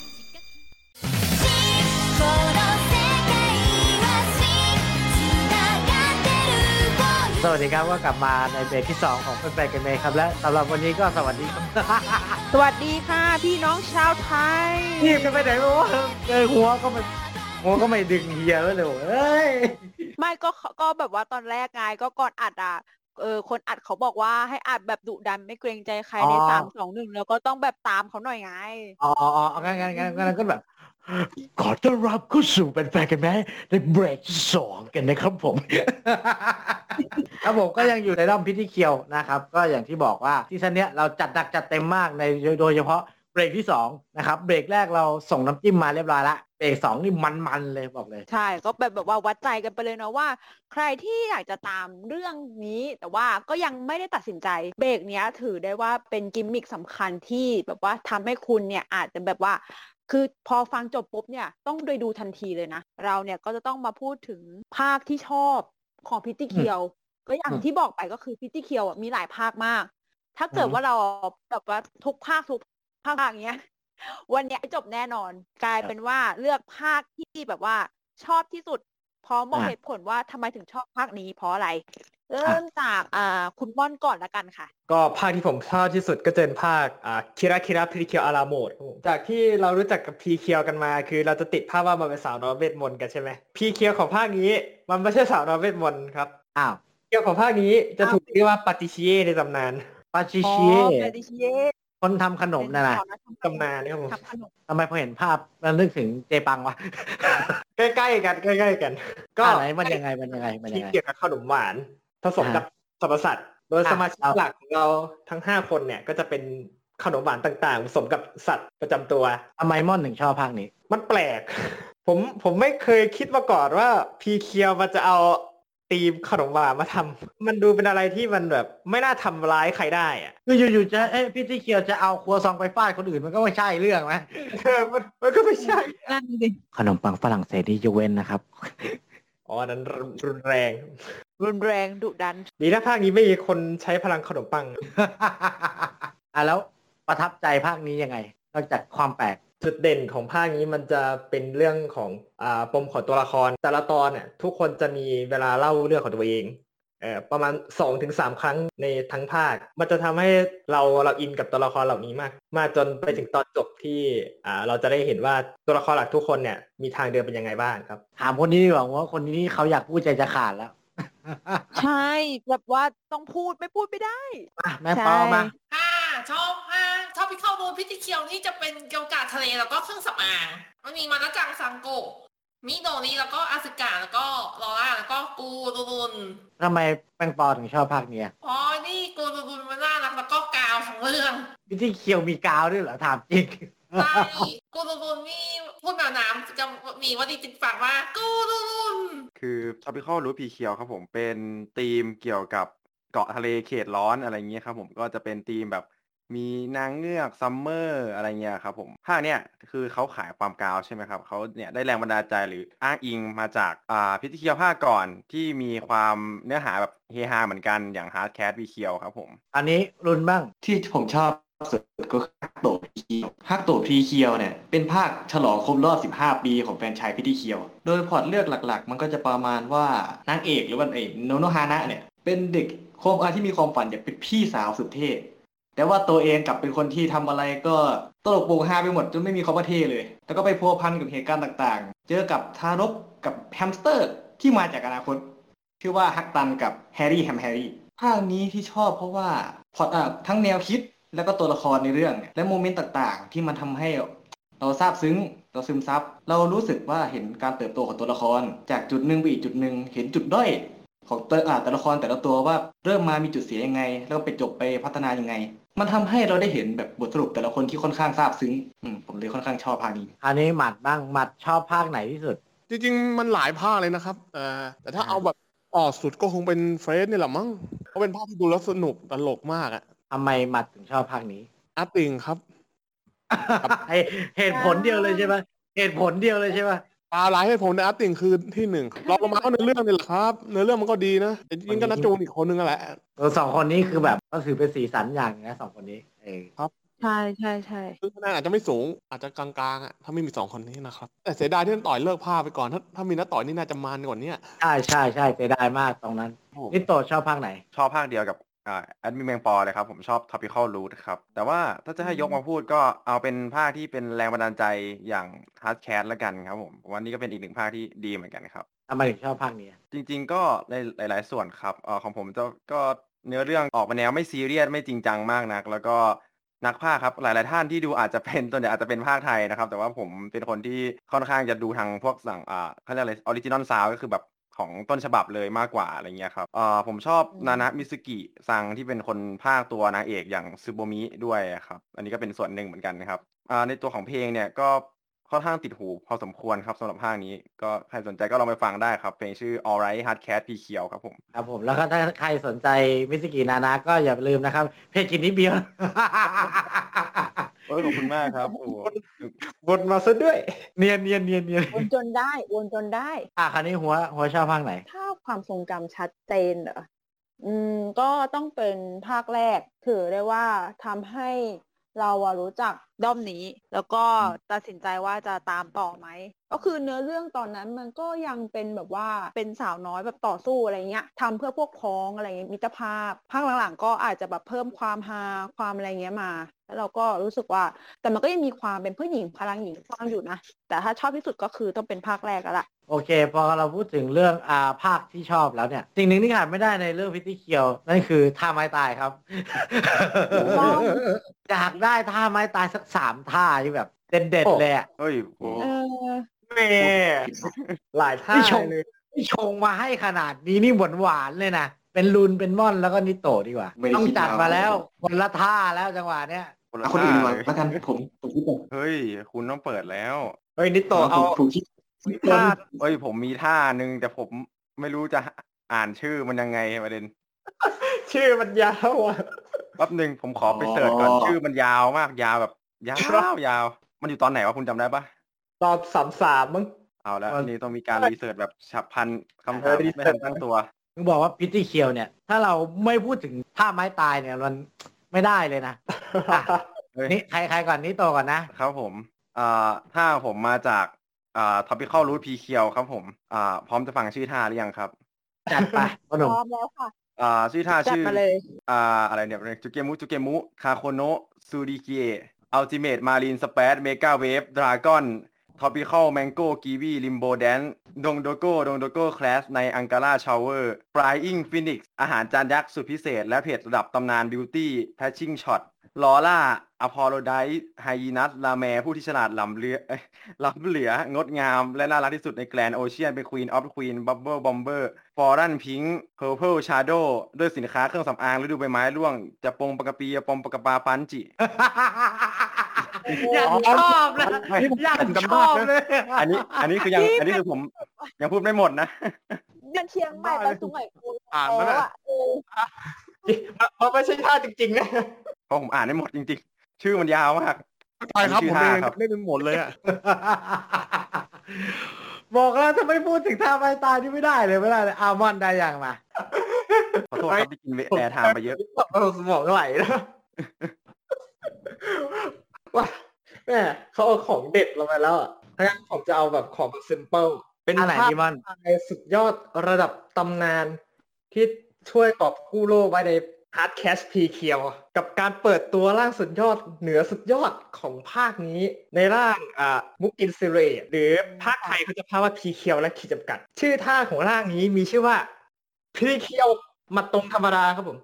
สวัสดีครับก็กลับมาในเบรกที่สองของแฟนๆกันเมย์ครับและสำหรับวันนี้ก็สวัสดีครับสวัสดีค่ะพี่น้องชาวไทยนี่จะไปไหนวะเจอหัวก็ไม่หัวก็ไม่ดึงเฮียไว้เลยเอ้ยไม่ก็ก็แบบว่าตอนแรกไงก็ก่อนอัดอ่ะเออคนอัดเขาบอกว่าให้อัดแบบดุดันไม่เกรงใจใครในสามสองหนึ่งแล้วก็ต้องแบบตามเขาหน่อยไงอ๋ออ๋องั้นงั้นงั้นงั้นก็แบบขอต้อนรับเข้าสู่เป็นแฟนกันไหมในเบรกที่สองกันนะครับผม ครับผมก็ยังอยู่ในด้อมพิธีเคียวนะครับก็อย่างที่บอกว่าที่ซันเนี้ยเราจัดหนักจัดเต็มมากในโดยเฉพาะเบรกที่สองนะครับเบรกแรกเราส่งน้ำจิ้มมาเรียบร้อยละเบรกสองนี่มันๆเลยบอกเลยใช่ก็แบบแบบว่าวัดใจกันไปเลยนะว่าใครที่อยากจะตามเรื่องนี้แต่ว่าก็ยังไม่ได้ตัดสินใจเบรกเนี้ยถือได้ว่าเป็นกิมมิคสำคัญที่แบบว่าทำให้คุณเนี่ยอาจจะแบบว่าคือพอฟังจบปุ๊บเนี่ยต้องไปดูทันทีเลยนะเราเนี่ยก็จะต้องมาพูดถึงภาคที่ชอบของพิตตี้เคียวก็อย่างที่บอกไปก็คือพิตตี้เคียวมีหลายภาคมากถ้าเกิดว่าเราแบบว่าทุกภาคทุกภาคอย่างเงี้ยวันนี้จบแน่นอนกลายเป็นว่าเลือกภาคที่แบบว่าชอบที่สุดพร้อมบอกเหตุผลว่าทำไมถึงชอบภาคนี้เพราะอะไรเริ่มจากอ่าคุณม่อนก่อนละกันค่ะก็ภาคที่ผมชอบที่สุดก็จะเป็นภาคอ่าคิระคิระพีเคียวอาราโมดจากที่เรารู้จักกับพีเคียวกันมาคือเราจะติดภาพว่ามันเป็นสาวน้อยเวทมนต์กันใช่ไหมพีเคียวของภาคนี้มันไม่ใช่สาวน้อยเวทมนต์ครับอ้าวเคียวของภาคนี้จะถูกเรียกว่าปาติชิเย่ในตำนานปาติชิเย่ปาติชิเย่คนทำขนมน่ะนะตำนานนะครับผมทำไมพอเห็นภาพแล้วนึกถึงเจปังวะใกล้ๆกันใกล้ๆกันก็ไหนมันยังไงมันยังไงมันยังไงเกี่ยวกับขนมหวานผสมกับสรรพสัตว์โดยสมาชิกหลักของเราทั้งห้าคนเนี่ยก็จะเป็นขนมหวานต่างๆผสมกับสัตว์ประจำตัวทำไมม่อนถึงชอบภาคนี้มันแปลก ผมผมไม่เคยคิดมาก่อนว่าพีเคียวมันจะเอาธีมขนมหวานมาทำมันดูเป็นอะไรที่มันแบบไม่น่าทำร้ายใครได้อะคืออยู่ๆจะเอ้พี่ที่เคียวจะเอาครัวซองไปฟาดคนอื่นมันก็ไม่ใช่เรื่องไหมมันมันก็ไม่ใช่นั่นดิขนมปังฝรั่งเศสนี่ยกเว้นนะครับอ๋อนั้นรุนแรงรุนแรงดุดันดีนะภาคนี้ไม่มีคนใช้พลังขนมปังอ่ะแล้วประทับใจภาคนี้ยังไงนอกจากความแปลกจุดเด่นของภาคนี้มันจะเป็นเรื่องของอ่าปมของตัวละครแต่ละตอนเนี่ยทุกคนจะมีเวลาเล่าเรื่องของตัวเองเอ่อประมาณ สองถึงสาม ครั้งในทั้งภาคมันจะทำให้เราเราอินกับตัวละครเหล่านี้มากมาจนไปถึงตอนจบที่อ่าเราจะได้เห็นว่าตัวละครหลักทุกคนเนี่ยมีทางเดินเป็นยังไงบ้างครับถามคนนี้ดีกว่าว่าคนนี้เขาอยากพูดใจจะขาดแล้วใช่แบบว่าต้องพูดไม่พูดไม่ได้แม่ปอมาค่ะชอบค่ะชอบพิเข้าโดนพิธีเคียวนี่จะเป็นเกี่ยวกับทะเลแล้วก็เครื่องสำอางมันมีมานะจังซังโกะมิโดริแล้วก็อาสึกะแล้วก็ลอร่าแล้วก็กูรูรุนทำไมแป้งปอถึงชอบภาคนี้อ๋อนี่กูรูรุนมันน่ารักแล้วก็กาวทั้งเรื่องพิธีเคียวมีกาวด้วยเหรอถามจริงใช่กูรูรุนนี่พูดแบบน้ำจะมีว่าดีติดปากว่ากูรูรุนคือ Tropical Root พีเคียวครับผมเป็นธีมเกี่ยวกับเกาะทะเลเขตร้อนอะไรเงี้ยครับผมก็จะเป็นธีมแบบมีนางเงือกซัมเมอร์อะไรเงี้ยครับผมภาคเนี้ยคือเขาขายความกาวใช่ไหมครับเขาเนี่ยได้แรงบันดาลใจหรืออ้างอิงมาจากอ่าพิธีเคียวภาคก่อนที่มีความเนื้อหาแบบเฮฮาเหมือนกันอย่าง Hard Cat พีเคียวครับผมอันนี้รุนบ้างที่ผมชอบสุดก็คือฮักโตะพีเคียวฮักโตะพีเคียวเนี่ยเป็นภาคฉลองครบรอบสิบห้าปีของแฟรนไชส์พิธีเคียวโดยพล็อตเรื่องหลักๆมันก็จะประมาณว่านางเอกหรือว่าไอ้โนโนฮานะเนี่ยเป็นเด็กโคมอาที่มีความฝันอยากเป็นพี่สาวสุดเท่แต่ว่าตัวเองกลับเป็นคนที่ทำอะไรก็ตลกโปกฮาไปหมดจนไม่มีคำว่าเท่เลยแล้วก็ไปพัวพันกับเหตุการณ์ต่างๆเจอกับทารกกับแฮมสเตอร์ที่มาจากอนาคตชื่อว่าฮักตันกับแฮร์รี่แฮมแฮร์รี่ภาคนี้ที่ชอบเพราะว่าพล็อตอ่ะทั้งแนวคิดแล้วก็ตัวละครในเรื่องและโมเมนต์ต่างๆที่มันทำให้เราซาบซึ้งเราซึมซับเรารู้สึกว่าเห็นการเติบโตของตัวละครจากจุดหนึ่งไปอีกจุดหนึ่งเห็นจุดด้อยของแต่อ่าแต่ละครแต่ละตัวว่าเริ่มมามีจุดเสียยังไงแล้วไปจบไปพัฒนายังไงมันทำให้เราได้เห็นแบบบทสรุปแต่ละคนที่ค่อนข้างซาบซึ้งอืมผมเลยค่อนข้างชอบภาคนี้อันนี้หมัดบ้างหมัดชอบภาคไหนที่สุดจริงๆมันหลายภาคเลยนะครับเออแต่ถ้าเอาแบบออกสุดก็คงเป็นเฟรดนี่แหละมั้งเพราะเป็นภาคที่ดูแล้วสนุกตลกมากอะทำไมหมัดถึงชอบภาคนี้อาร์ติงครับเหตุผลเดียวเลยใช่ไหมเหตุผลเดียวเลยใช่ไหมปลาหลายเหตุผลในอาร์ติงคือที่หนึ่งรองลงมาก็ในเรื่องนี่แหละครับในเรื่องมันก็ดีนะจริงๆก็นัดจูนอีกคนนึงแหละเออสองคนนี้คือแบบก็ถือเป็นสีสันอย่างนะสองคนนี้เออครับใช่ใช่ใช่คือคะแนนอาจจะไม่สูงอาจจะกลางๆอ่ะถ้าไม่มีสองคนนี้นะครับแต่เสียดายที่น้าต่อยเลิกภาคไปก่อนถ้าถ้ามีน้าต่อยนี่น่าจะมันกว่านี้ใช่ใช่ใช่เสียดายมากตรงนั้นนี่โตชอบภาคไหนชอบภาคเดียวกับอ่าแอดมินแมงปอเลยครับผมชอบ Tropical Root ครับแต่ว่าถ้าจะให้ยกมาพูดก็เอาเป็นภาคที่เป็นแรงบันดาลใจอย่าง Hard Cat ละกันครับผมวันนี้ก็เป็นอีกหนึ่งภาคที่ดีเหมือนกันครับทำไมถึงชอบภาคนี้จริงๆก็ในหลายๆส่วนครับเอ่อของผมจะก็เนื้อเรื่องออกมาแนวไม่ซีเรียสไม่จริงจังมากนักแล้วก็นักพากย์ครับหลายๆท่านที่ดูอาจจะเป็นส่วนใหญ่อาจจะเป็นภาคไทยนะครับแต่ว่าผมเป็นคนที่ค่อนข้างจะดูทางพวกสั่งอ่าเขาเรียกอะไรออริจินอลซาวด์ก็คือแบบของต้นฉบับเลยมากกว่าอะไรเงี้ยครับเอ่อผมชอบนานะมิซึกิซังที่เป็นคนพากย์ตัวนางเอกอย่างซึโบมิด้วยครับอันนี้ก็เป็นส่วนหนึ่งเหมือนกันนะครับอ่าในตัวของเพลงเนี่ยก็ค่อนข้างติดหูพอสมควรครับสำหรับภาคนี้ก็ใครสนใจก็ลองไปฟังได้ครับเพลงชื่อ Alright Hard Cat พีเขียวครับผมครับผมแล้วก็ถ้าใครสนใจมิซึกินานะก็อย่าลืมนะครับเพจกินนิเบียร์โอ้ยขอบคุณมากครับโอ้วนมาซะด้วยเนียนเนียนเนียนเนียนวนจนได้วนจนได้อ่ะคราวนี้หัวหัวชอบภาคไหนถ้าความทรงจำชัดเจนเหรออืมก็ต้องเป็นภาคแรกถือได้ว่าทำให้เราอะรู้จักด้อมนี้แล้วก็ตัดสินใจว่าจะตามต่อไหมก็คือเนื้อเรื่องตอนนั้นมันก็ยังเป็นแบบว่าเป็นสาวน้อยแบบต่อสู้อะไรเงี้ยทำเพื่อพวกพ้องอะไรเงี้ยมิตรภาพภาคหลังๆก็อาจจะแบบเพิ่มความฮาความอะไรเงี้ยมาแล้วเราก็รู้สึกว่าแต่มันก็ยังมีความเป็นผู้หญิงพลังหญิงซ่อนอยู่นะแต่ถ้าชอบที่สุดก็คือต้องเป็นภาคแรกแล้วล่ะโอเคพอเราพูดถึงเรื่องอ่าภาคที่ชอบแล้วเนี่ยสิ่งหนึ่งที่ขาดไม่ได้ในเรื่องพิธีเคียวนั่นคือท่าไม้ตายครับ อยากได้ท่าไม้ตายสักสามท่าที่แบบเด็ดๆเลยอ่ะเฮ้ยโอ้แม่หลายท่าเลยที่ชงมาให้ขนาดนี้นี่หวานๆเลยนะเป็นลุนเป็นม่อนแล้วก็นิโตะดีกว่าต้องจัดมาแล้วคนละท่าแล้วจังหวะเนี้ยคนอื่นก่อนแล้วกันผมผมคิดว่าเฮ้ยคุณต้องเปิดแล้วเฮ้ยนิโตะเอาผมคิดท่าเฮ้ยผมมีท่านึงแต่ผมไม่รู้จะอ่านชื่อมันยังไงประเด็นชื่อมันยาวอ่ะแป๊บนึงผมขอไปเสิร์ชก่อนชื่อมันยาวมากยาวแบบยาวยาวมันอยู่ตอนไหนวะคุณจำได้ปะตอนสามสามมั้งเอาแล้วอันนี้ต้องมีการรีเสิร์ชแบบฉับพลันคำถามไม่ทันตั้งตัวมึงบอกว่าพิธีเคียวเนี่ยถ้าเราไม่พูดถึงท่าไม้ตายเนี่ยมันไม่ได้เลยนะนี่ใครใครก่อนนี่โตก่อนนะครับผมอ่าท่าผมมาจากอ่า Tropical Root พีเคียวครับผมอ่าพร้อมจะฟังชื่อท่าหรือยังครับจัดไปพร้อมแล้วค่ะอ่าชื่อท่าชื่ออ่าอะไรเนี่ยจูเกมุจูเกมุคาโคโนะซูริเกะอัลติเมทมารีนสเปซเมกาเวฟดราก้อนTropical Mango Kiwi Limbo Dance ดงโดโก้ดงโดโก้คลาสใน Angara Shower Flying Phoenix อาหารจานยักษ์สุดพิเศษและเพจระดับตำนาน Beauty Patching Shot ลอร่าอพอลโลไดส์ไฮยีนัสลาแมผู้ที่ฉลาดล้ำเลือล้ำเหลืองดงามและน่ารักที่สุดในแกรนด์โอเชียนเป็น Queen of Queen Bubble Bomber Foreign Pink Purple Shadow ด้วยสินค้าเครื่องสำอางฤดูใบไม้ร่วงจะปงปกปีปมปกปาปันจิอยากชอบเลยอยากชอบเลยอันนี้อันนี้คือยังอันนี้คือผมยังพูดไม่หมดนะยันเชียงใหม่ไปสุไหงโกลกอ่านแล้วอ่ะมันไม่ใช่ท่าจริงๆนะเพราะผมอ่านไม่หมดจริงๆชื่อมันยาวมากใช่ครับผมเองเล่นเป็นหมดเลยอ่ะบอกแล้วถ้าไม่พูดถึงท่าไม้ตายที่ไม่ได้เลยไม่ได้เลยอาร์มอนได้อย่างมาขอโทษครับที่กินแอร์ไทม์ไปเยอะสมองไหลนะว่าแม่เขาเอาของเด็ดลงมาแล้วอ่ะถ้างั้นผมจะเอาแบบของซิมเปิลเป็นภาพสุดยอดระดับตำนานที่ช่วยกอบกู้โลกไว้ใน Hard Cat พีเคียวกับการเปิดตัวร่างสุดยอดเหนือสุดยอดของภาคนี้ในร่างอ่ามุกอินซิเรหรือภาคไทยเขาจะพาว่าพีเคียวและขีดจำกัดชื่อท่าของร่างนี้มีชื่อว่าพีเคียวมาตรงธรรมดาครับผม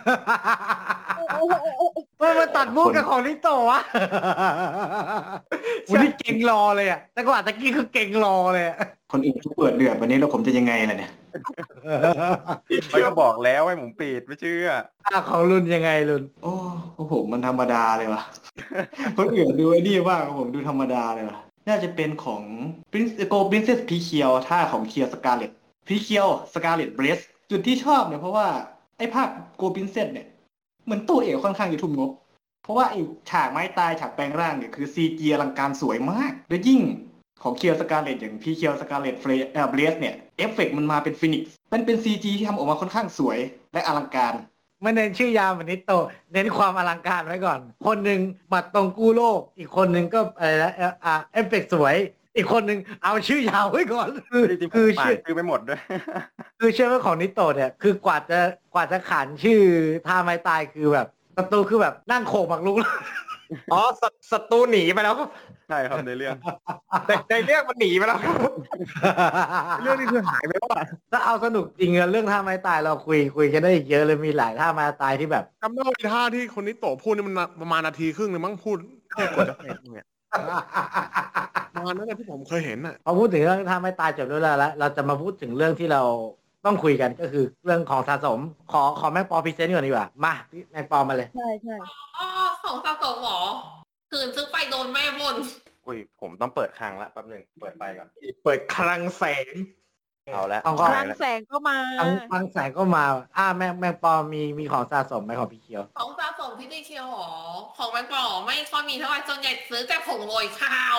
มันมาตัดมุกกับของนิโตะวะวันนี้เก่งรอเลยอ่ะแต่กว่าตะกี้คือเก่งรอเลยคนอื่นเขาเปิดเดือดวันนี้แล้วผมจะยังไงล่ะเนี่ยไม่ก็บอกแล้วให้ผมปิดไม่เชื่ออ่ะของรุ่นยังไงรุ่นโอ้ของผมมันธรรมดาเลยวะคนอื่นดูไอ้นี่ว่าของผมดูธรรมดาเลยวะน่าจะเป็นของ Prince Go Princess พีเคียวท่าของเคียวสกาเลตพีเคียวสกาเลตเบรสจุดที่ชอบเนี่ยเพราะว่าไอ้ภาคโกปินเซตเนี่ยเหมือนตัวเอกค่อนข้างจะทุ่มงบเพราะว่าไอ้ฉากไม้ตายฉากแปลงร่างเนี่ยคือ ซี จี อลังการสวยมากและยิ่งของเคียวสกาเลตอย่างพี่เคียวสกาเลตเฟรเอ่อเบรสเนี่ยเอฟเฟกต์มันมาเป็นฟินิกซ์มันเป็น ซี จี ที่ทำออกมาค่อนข้างสวยและอลังการไม่เน้นชื่อยาวเหมือนนิโตะเน้นความอลังการไว้ก่อน คนหนึ่งหมัดตรงกู้โลก อีกคนหนึ่งก็อะไรนะเอ่ออ่าเอฟเฟกต์สวย อีกคนหนึ่งเอาชื่อยาวไว้ก่อน คือจริงๆผมคืออ่าชื่นอชื่อไม่หมดด้วยคือเชื่อว่าของนิโตะเนี่ยคือกว่าจะกว่าจะขานชื่อท่าไม้ตายคือแบบศัตรูคือแบบนั่งโขกหมากรุกอ๋อศัศัตรูหนีไปแล้วครับใช่ครับในเรื่องแต่ในเรื่องมันหนีไปแล้วครับเรื่องนี้คือหายไปแล้วอะถ้าเอาสนุกจริงอะเรื่องท่าไม้ตายเราคุยคุยกันได้อีกเยอะเลยมีหลายท่าไม้ตายที่แบบจำได้ว่าท่าที่คนนี้โตพูดนี่มันประมาณนาทีครึ่งเลยมั้งพูดแค่กว่าจะเสร็จเนี่ยประมาณนั้นนะที่ผมเคยเห็นน่ะพอพูดถึงเรื่องท่าไม้ตายจบด้วยแล้วแล้วเราจะมาพูดถึงเรื่องที่เราต้องคุยกันก็คือเรื่องของสะสม ขอขอแม็กปอพรีเซนต์ก่อนดีกว่ามาพี่แม็กปอมาเลยใช่ใช่อ๋อของสะสมเหรอคืนซื้อไปโดนแม่บ่นอุ้ยผมต้องเปิดคลังละแป๊บหนึงเปิดไฟก่อนเปิดคลังแสงเอาละต้องก็คลังแสงก็มาบางบางแสงก็มา อ่าแม็กแม็กปอมีมีของสะสมไหมของพี่เขียวของสะสมพี่ได้เคียวเหรอของแมงปอไม่ค่อยมีเท่าไหร่ส่วนใหญ่ซื้อแต่ผงโรยข้าว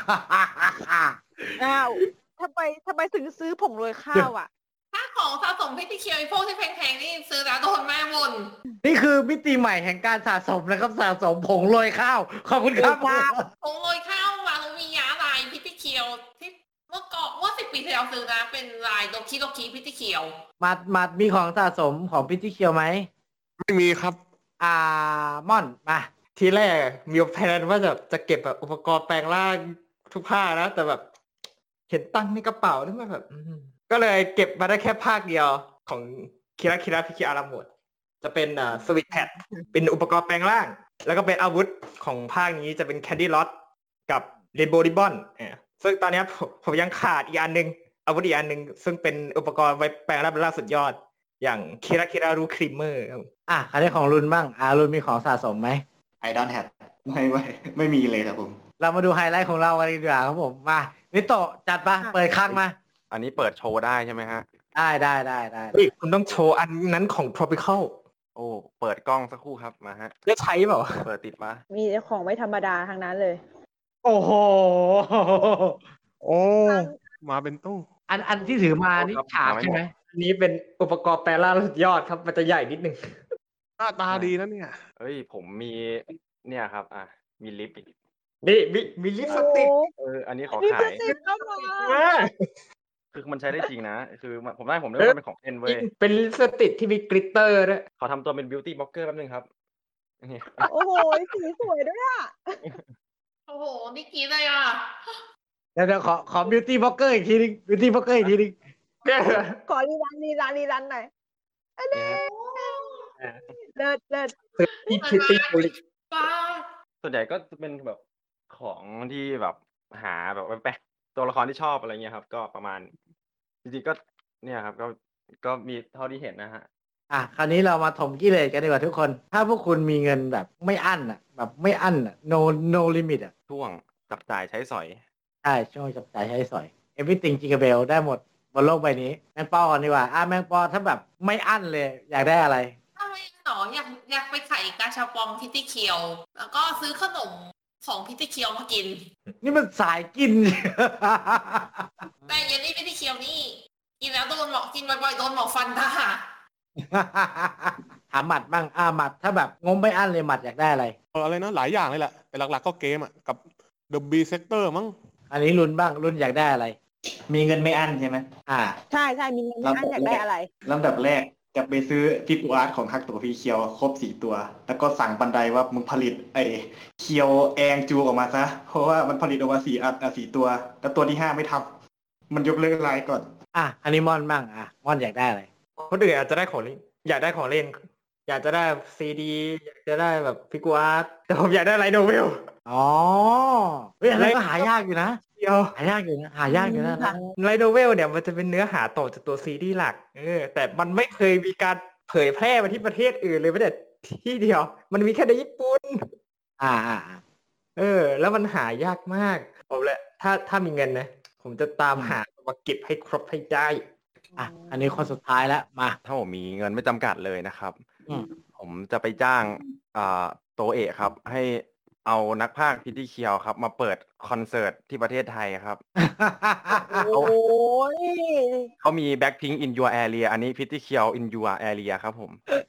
อ้าวทำไมทำไมถึงซื้อผงโรยข้าวอ่ะถ้าของสะสมพี่ได้เคียวไอ้พวกที่แพงๆนี่ซื้อแล้วโดนแม่บ่นนี่คือมิติใหม่แห่งการสะสมนะครับสะสมผงโรยข้าวขอบคุณครับผงโรยข้าวมาแล้วมียาลายพี่ได้เคียวที่เมื่อก่อนเมื่อสิบปีที่แล้วซื้อนะเป็นลายโดคิโดคิพี่ได้เคียวมัดมัดมีของสะสมของพี่ที่เขียวไหมไม่มีครับอ่าม่อนมาทีแรกมีแพลนว่าจะจะเก็บแบบอุปกรณ์แปลงร่างทุกภาคนะ แต่แบบ เห็นตังค์ในกระเป๋าแล้วมันแบบอืมก็เลยเก็บมาได้แค่ภาคเดียวของคิระคิระพิคิอาราหมดจะเป็นอ่าสวิตแพดเป็นอุปกรณ์แปลงร่าง แล้วก็เป็นอาวุธของภาคนี้จะเป็นแคนดี้ล็อตกับเรนโบว์ริบบอนซึ่งตอนเนี้ยผมผมยังขาดอีกอันหนึ่งอาวุธอีกอันหนึ่งซึ่งเป็นอุปกรณ์ไว้แปลงร่างเป็นร่างสุดยอด อย่างคิระคิระรูครีมเมอร์ครับอ่ะคราวนี้ของรุนบ้างอ่ารุนมีของสะสมไหมไอดอนแฮทไม่ไม่ไม่มีเลยครับผมเรามาดูไฮไลท์ของเรากันดีกว่าครับผมมานิโตะจัดปะเปิดครั้งมาอันนี้เปิดโชว์ได้ใช่ไหมฮะได้ได้ได้ได้เฮ้ยคุณต้องโชว์อันนั้นของ tropical โอ้เปิดกล้องสักครู่ครับมาฮะได้ใช้เปล่าเปิดติดมามีของไม่ธรรมดาทั้งนั้นเลยโอ้โหโอ้มาเป็นตู้อันอันที่ถือมานี่ฉากใช่ไหมอันนี้เป็นอุปกรณ์แปลงร่างสุดยอดครับ มันจะใหญ่นิดนึงหน้าตาดีนะเนี่ยเอ้ยผมมีเนี่ยครับ อ่ะมีลิปอีกนี่มีมีลิปสติกเอออันนี้ขอมีขาสยติกเข้ามาคือมันใช้ได้จริงนะ คือผมได้ผมได้ว่าเป็นของเอ็นเว้ยเป็นลิปสติกที่มีกลิตเตอร์ด้วยเขาทำตัวเป็นบิวตี้บล็อกเกอร์แป๊บนึงครับนี่โอ้โหสีสวยด้วยอ่ะโอ้โหนี่กรีดเลยอ่ะเดี๋ยวเดี๋ยวขอขอบิวตี้บล็อกเกอร์อีกทีนึงบิวตี้บล็อกเกอร์อีกทีนึงขอรีรันรีรันรีรันหน่อยอันนี้เลิศเลิศที่พิตตี้บุลิป้าส่วนใหญ่ก็จะเป็นแบบของที่แบบหาแบบแปลกๆตัวละครที่ชอบอะไรเงี้ยครับ ก็ประมาณจริงๆก็เนี่ยครับ ก็ก็มีเท่าที่เห็นนะฮะอ่ะคราวนี้เรามาถมกิเลสกันดีกว่าทุกคน ถ้าพวกคุณมีเงินแบบไม่อั้นอ่ะ แบบไม่อั้นอ่ะ no no limit อ่ะช่วงจับจ่ายใช้สอยใช่ช่วงจับจ่ายใช้สอย everything jingle bell ได้หมดบนโลกใบนี้แมงปอก่อนดีกว่าอ่ะแมงปอถ้าแบบไม่อั้นเลย อยากได้อะไรทำไมหนออยากอยากไปไข่กาชาปองพิตตี้เคียว แล้วก็ซื้อขนมของพิตตี้เคียวมากินนี่มันสายกินแต่เยลลี่พิตตี้เคียวนี่กินแล้วโดนหมอกกินบ่อยๆโดนหมอกฟันด่าถามหมัดบ้างอ่ะหมัดถ้าแบบงมไม่อั้นเลยหมัดอยากได้อะไรเอออะไรนะหลายอย่างเลยแหละแต่หลักๆก็เกมอ่ะกับ The B Sector มั้งอันนี้รุนบ้างรุนอยากได้อะไรมีเงินไม่อั้นใช่ไหมอ่าใช่ใช่มีเงินไม่อันอยากได้อะไรลำดับแรกจะไปซื้อฟิกูอาร์ตของฮักตัวพีเคียวครบสี่ตัว แล้วก็สั่งบันไดว่ามึงผลิตไอเคียวแองจูออกมาซะ เพราะว่ามันผลิตออกมาสี่อันอ่ะสี่ตัว แล้วตัวที่ห้าไม่ทำมันยกเลิกไลน์ก่อนอ่ะอันนี้มอนบ้างอ่ะมอนอยากได้อะไรคนอื่นอาจจะได้ของเล่นอยากได้ของเล่น อยากจะได้ซีดี อยากจะได้แบบฟิกูอาร์ตแต่ผมอยากได้ไลโนเวลอ๋อเฮ้ยอันนั้นก็หายากอยู่นะเดียวหายากอยู่นะหายากอยู่นะนะไลโนเวลเนี่ยมันจะเป็นเนื้อหาต่อจากตัวซีรีส์หลัก เออ แต่มันไม่เคยมีการเผยแพร่มาที่ประเทศอื่นเลยแม้แต่ที่เดียว มันมีแค่ในญี่ปุ่นอ่าอ่าอ่าเออ แล้วมันหายากมากผมเลยถ้าถ้ามีเงินนะ ผมจะตามหามาเก็บให้ครบให้ได้อ่ะอันนี้ข้อสุดท้ายแล้วมาถ้าผมมีเงินไม่จำกัดเลยนะครับอืมผมจะไปจ้างอ่าโตเอะครับ ให้เอานักพากย์พิตตี้เคียวครับ มาเปิดคอนเสิร์ตที่ประเทศไทยครับโอ้ยเขามี Blackpink in your area อันนี้พิตตี้เคียว in your area ครับผม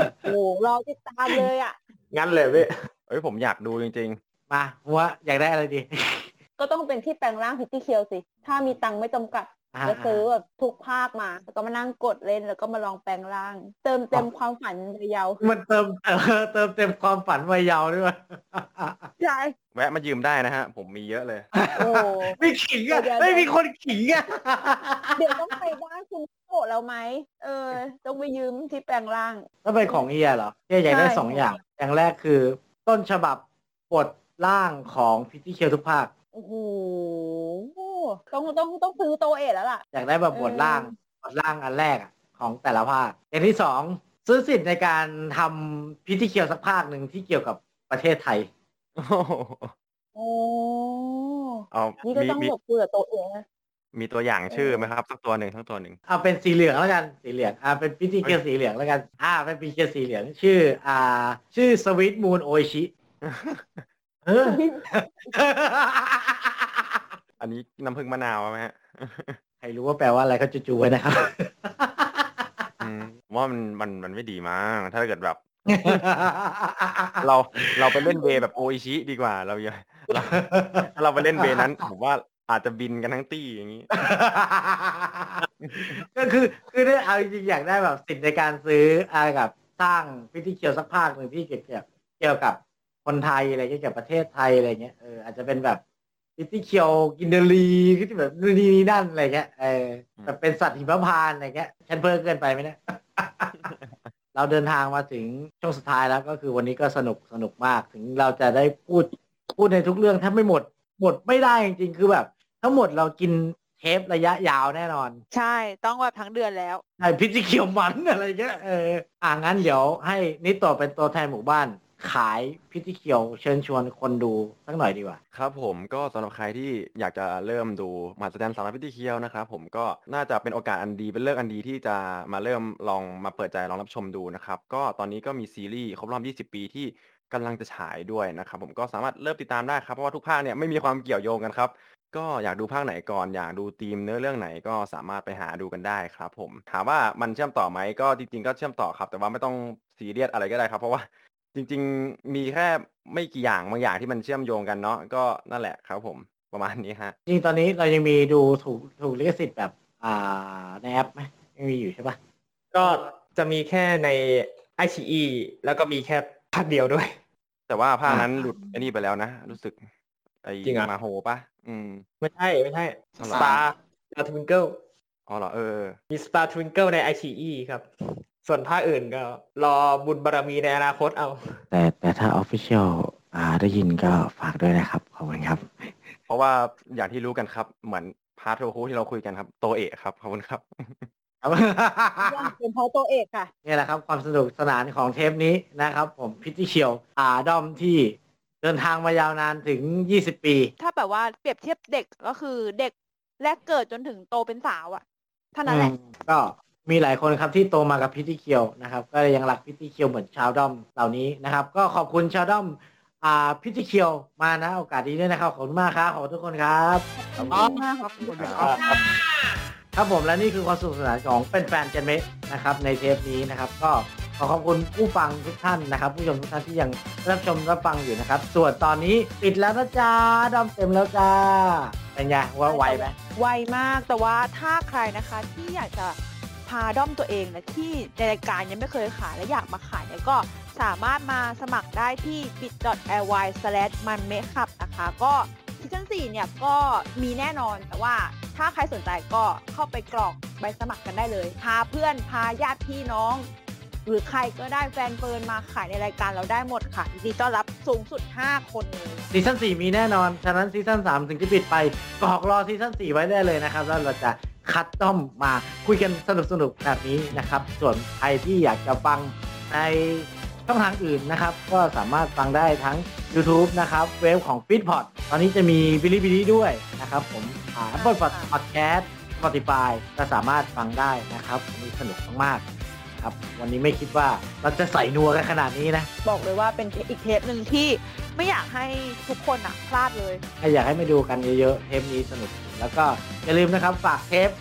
โอ้รอติดตามเลยอ่ะงั้นเลยพี่เอ้ยผมอยากดูจริงมาหัวอยากได้อะไรดีก็ต้องเป็นที่แปลงร่างพิตตี้เคียวสิ ถ้ามีตังค์ไม่จำกัดอ่าจะซื้อแบบทุกภาคมา แล้วก็มานั่งกดเล่นแล้วก็มาลองแปลงร่าง เติมเต็มความฝันยาวมันเติมเออเติมเต็มความฝันวัยเยาว์ด้วยใช่ๆ แวะมายืมได้นะฮะ ผมมีเยอะเลยโอ้มีขิงอ่ะเดี๋ยวๆไม่มีคนขิงอ่ะเดี๋ยวต้องไปบ้านคุณโกะแล้วไหมเออ ต้องไปยืมที่แปลงร่างถ้าเป็นของเฮียเหรอเฮียอยากได้ใช่สองอย่าง อย่างแรกคือต้นฉบับบทร่างของพิตตี้เคียวทุกภาคโอ้โหต้องต้องต้องซื้อโตเอะแล้วล่ะอยากได้แบบบทเออร่างบทร่างอันแรกอะของแต่ละภาค อย่างที่สองซื้อสิทธิ์ในการทำพิธีเคียวสักภาคหนึ่งที่เกี่ยวกับประเทศไทยโอ้เอานี่ก็มีต้องมีแบบคุยกับโตเอะนะมีตัวอย่างชื่อไหมครับ สักตัวหนึ่งทั้งตัวหนึ่งเอาเป็นสีเหลืองแล้วกันสีเหลืองอ่าเป็นพิธีเคียวสีเหลืองแล้วกัน อ่าเป็นพิธีเคียวสีเหลืองชื่ออ่าชื่อสวิตมูนโอชิเอออันนี้น้ำผึ้งมะนาวไหมฮะใครรู้ว่าแปลว่าอะไรก็จูๆไว้นะครับอืมผมว่ามันมันมันไม่ดีมั้งถ้าเกิดแบบ เราเราไปเล่นเวย์แบบโออิชิดีกว่า เราอย่าเราถ้าเราไปเล่นเวย์นั้น ผมว่าอาจจะบินกันทั้งตี้อย่างนี้ก็คือคือได้เอาจริงๆอยากได้แบบสิทธิ์ในการซื้ออะไรกับสร้างพิธีเคียวสักภาคหนึ่งที่เกี่ยวกับเกี่ยวกับคนไทยอะไรเกี่ยวกับประเทศไทยอะไรเงี้ยเอออาจจะเป็นแบบพิธีเคียวกินเดลีที่แบบนู่นนี่นี่นั่นอะไรเงี้ยเออแบบเป็นสัตว์หิมพานต์อะไรเงี้ยฉันเพิ่งเกินไปไหมเนี่ย เราเดินทางมาถึงช่วงสุดท้ายแล้วก็คือวันนี้ก็สนุกสนุกมากถึงเราจะได้พูดพูดในทุกเรื่องถ้าไม่หมดหมดไม่ได้จริงๆคือแบบทั้งหมดเรากินเทประยะยาวแน่นอนใช่ต้องแบบทั้งเดือนแล้วใช่พิจิเขียวมันอะไรเงี้ยเอออ่างั้นเดี๋ยวให้นิโตะเป็นตัวแทนหมู่บ้าน ขายพิจิเขียวเชิญชวนคนดูสักหน่อยดีกว่าครับผมก็สำหรับใครที่อยากจะเริ่มดูมหัศจรรย์สามพิธีเคียวนะครับผมก็น่าจะเป็นโอกาสอันดีเป็นเลิกอันดีที่จะมาเริ่มลองมาเปิดใจลองรับชมดูนะครับก็ตอนนี้ก็มีซีรีส์ครบรอบยี่สิบปีที่กำลังจะฉายด้วยนะครับผมก็สามารถเริ่มติดตามได้ครับเพราะว่าทุกภาคเนี่ยไม่มีความเกี่ยวโยงกันครับก็อยากดูภาคไหนก่อนอยากดูธีมเนื้อเรื่องไหนก็สามารถไปหาดูกันได้ครับผมถามว่ามันเชื่อมต่อไหมก็จริงๆก็เชื่อมต่อครับแต่ว่าไม่ต้องซีเรียสอะไรก็ได้ครับเพราะว่าจริงๆมีแค่ไม่กี่อย่างบางอย่างที่มันเชื่อมโยงกันเนาะก็นั่นแหละครับผมประมาณนี้ฮะจริงตอนนี้เรายังมีดูถูกถูกลิขสิทธิ์แบบอ่าในแอปไหมยังมีอยู่ใช่ปะก็จะมีแค่ใน ไอ ซี อี แล้วก็มีแค่ภาคเดียวด้วยแต่ว่าภาคนั้นหลุดไอ้นี่ไปแล้วนะ รู้สึกไอ้จริงเหรอมาโฮปะอืมไม่ใช่ไม่ใช่เอาเหรอ Star Star Twinkle อ๋อเหรอเออมี Star Twinkle ใน ไอ ซี อี ครับ ส่วนภาคอื่นก็รอบุญบารมีในอนาคตเอาแต่แต่ถ้า Official อ่าได้ยินก็ฝากด้วยนะครับขอบคุณครับเพราะว่าอย่างที่รู้กันครับเหมือนพาร์ทโทคูที่เราคุยกันครับโตเอะครับขอบคุณครับเป็นเพราะตัวเอกค่ะนี่แหละครับความสนุกสนานของเทปนี้นะครับผมพิตตี้เชียวอาดอมที่เดินทางมายาวนานถึงยี่สิบปีถ้าแบบว่าเปรียบเทียบเด็กก็คือเด็กแรกเกิดจนถึงโตเป็นสาวอะเท่านั้นแหละอืมก็มีหลายคนครับที่โตมากับพิตตี้เคียวนะครับก็ยังรักพิตตี้เคียวเหมือนชาวดอมเหล่านี้นะครับก็ขอบคุณชาวดอมอ่าพิตตี้เคียวมานะโอกาสนี้ด้วยนะครับขอบคุณมากครับขอบคุณทุกคนครับขอบคุณมากครับครับผมและนี่คือความสนุกสนานของเป็นแฟนเจนเมะนะครับในเทปนี้นะครับก็ขอขอบคุณผู้ฟังทุกท่านนะครับผู้ชมทุกท่านที่ยังรับชมรับฟังอยู่นะครับส่วนตอนนี้ปิดแล้วนะจ๊ะดอมเต็มแล้วจ้าเป็นไงว่าไวไหมไวมากแต่ว่าถ้าใครนะคะที่อยากจะพาด้อมตัวเองนะที่ในรายการยังไม่เคยขายและอยากมาขายเนี่ยก็สามารถมาสมัครได้ที่ bit dot ly slash manmakeup นะคะก็ซีซั่นสี่เนี่ยก็มีแน่นอนแต่ว่าถ้าใครสนใจก็เข้าไปกรอกใบสมัครกันได้เลยพาเพื่อนพาญาติพี่น้องหรือใครก็ได้แฟนเฟิร์นมาขายในรายการเราได้หมดค่ะยินดีต้อนรับสูงสุดห้าคนเลยซีซั่นสี่มีแน่นอน ฉะนั้นซีซั่นสามถึงจะปิดไปกรอกรอซีซั่นสี่ไว้ได้เลยนะครับ แล้วเราจะคัดต้อมมาคุยกันสนุกๆแบบนี้นะครับ ส่วนใครที่อยากจะฟังในช่องทางอื่นนะครับ ก็สามารถฟังได้ทั้ง YouTube นะครับ เว็บของ Feedpot ตอนนี้จะมีบิลิบิลิด้วยนะครับ ผมอ่า Apple Podcast Spotify ก็สามารถฟังได้นะครับวันนี้สนุกมากๆครับวันนี้ไม่คิดว่าเราจะใส่นัวกันขนาดนี้นะบอกเลยว่าเป็นอีกเทปหนึ่งที่ไม่อยากให้ทุกคนอะพลาดเลยอยากให้มาดูกันเยอะๆ เทปนี้สนุก แล้วก็อย่าลืมนะครับฝากเทป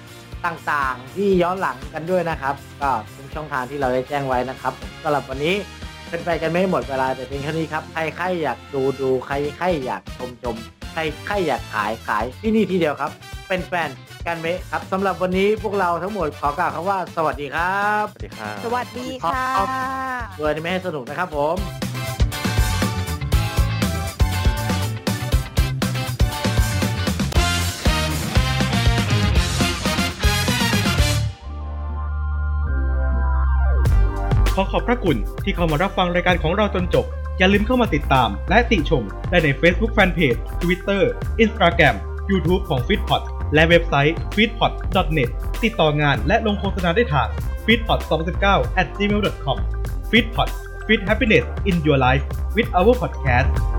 ต่างๆที่ย้อนหลังกันด้วยนะครับก็ทุกช่องทางที่เราได้แจ้งไว้นะครับสำหรับวันนี้เป็นไปกันไม่หมดเวลาแต่เพียงแค่นี้ครับใครใครอยากดูดูใครใครอยากชมชมใครใครอยากขายขายที่นี่ทีเดียวครับเป็นแฟนกันเมะครับสำหรับวันนี้พวกเราทั้งหมดขอกล่าวคำว่าสวัสดีครับสวัสดีครับสวัสดีค่ะเพื่อที่ไม่ให้สนุกนะครับผมขอขอบพระคุณที่เข้ามารับฟังรายการของเราจนจบอย่าลืมเข้ามาติดตามและติชมได้ใน Facebook Fanpage Twitter Instagram YouTube ของ Feedpot และเว็บไซต์ ฟีดพอต ดอท เน็ต ติดต่องานและลงโฆษณาได้ทาง ฟีดพอต สองพันสิบเก้า แอท จีเมล ดอท คอม Feedpot Feed Happiness in Your Life with our podcast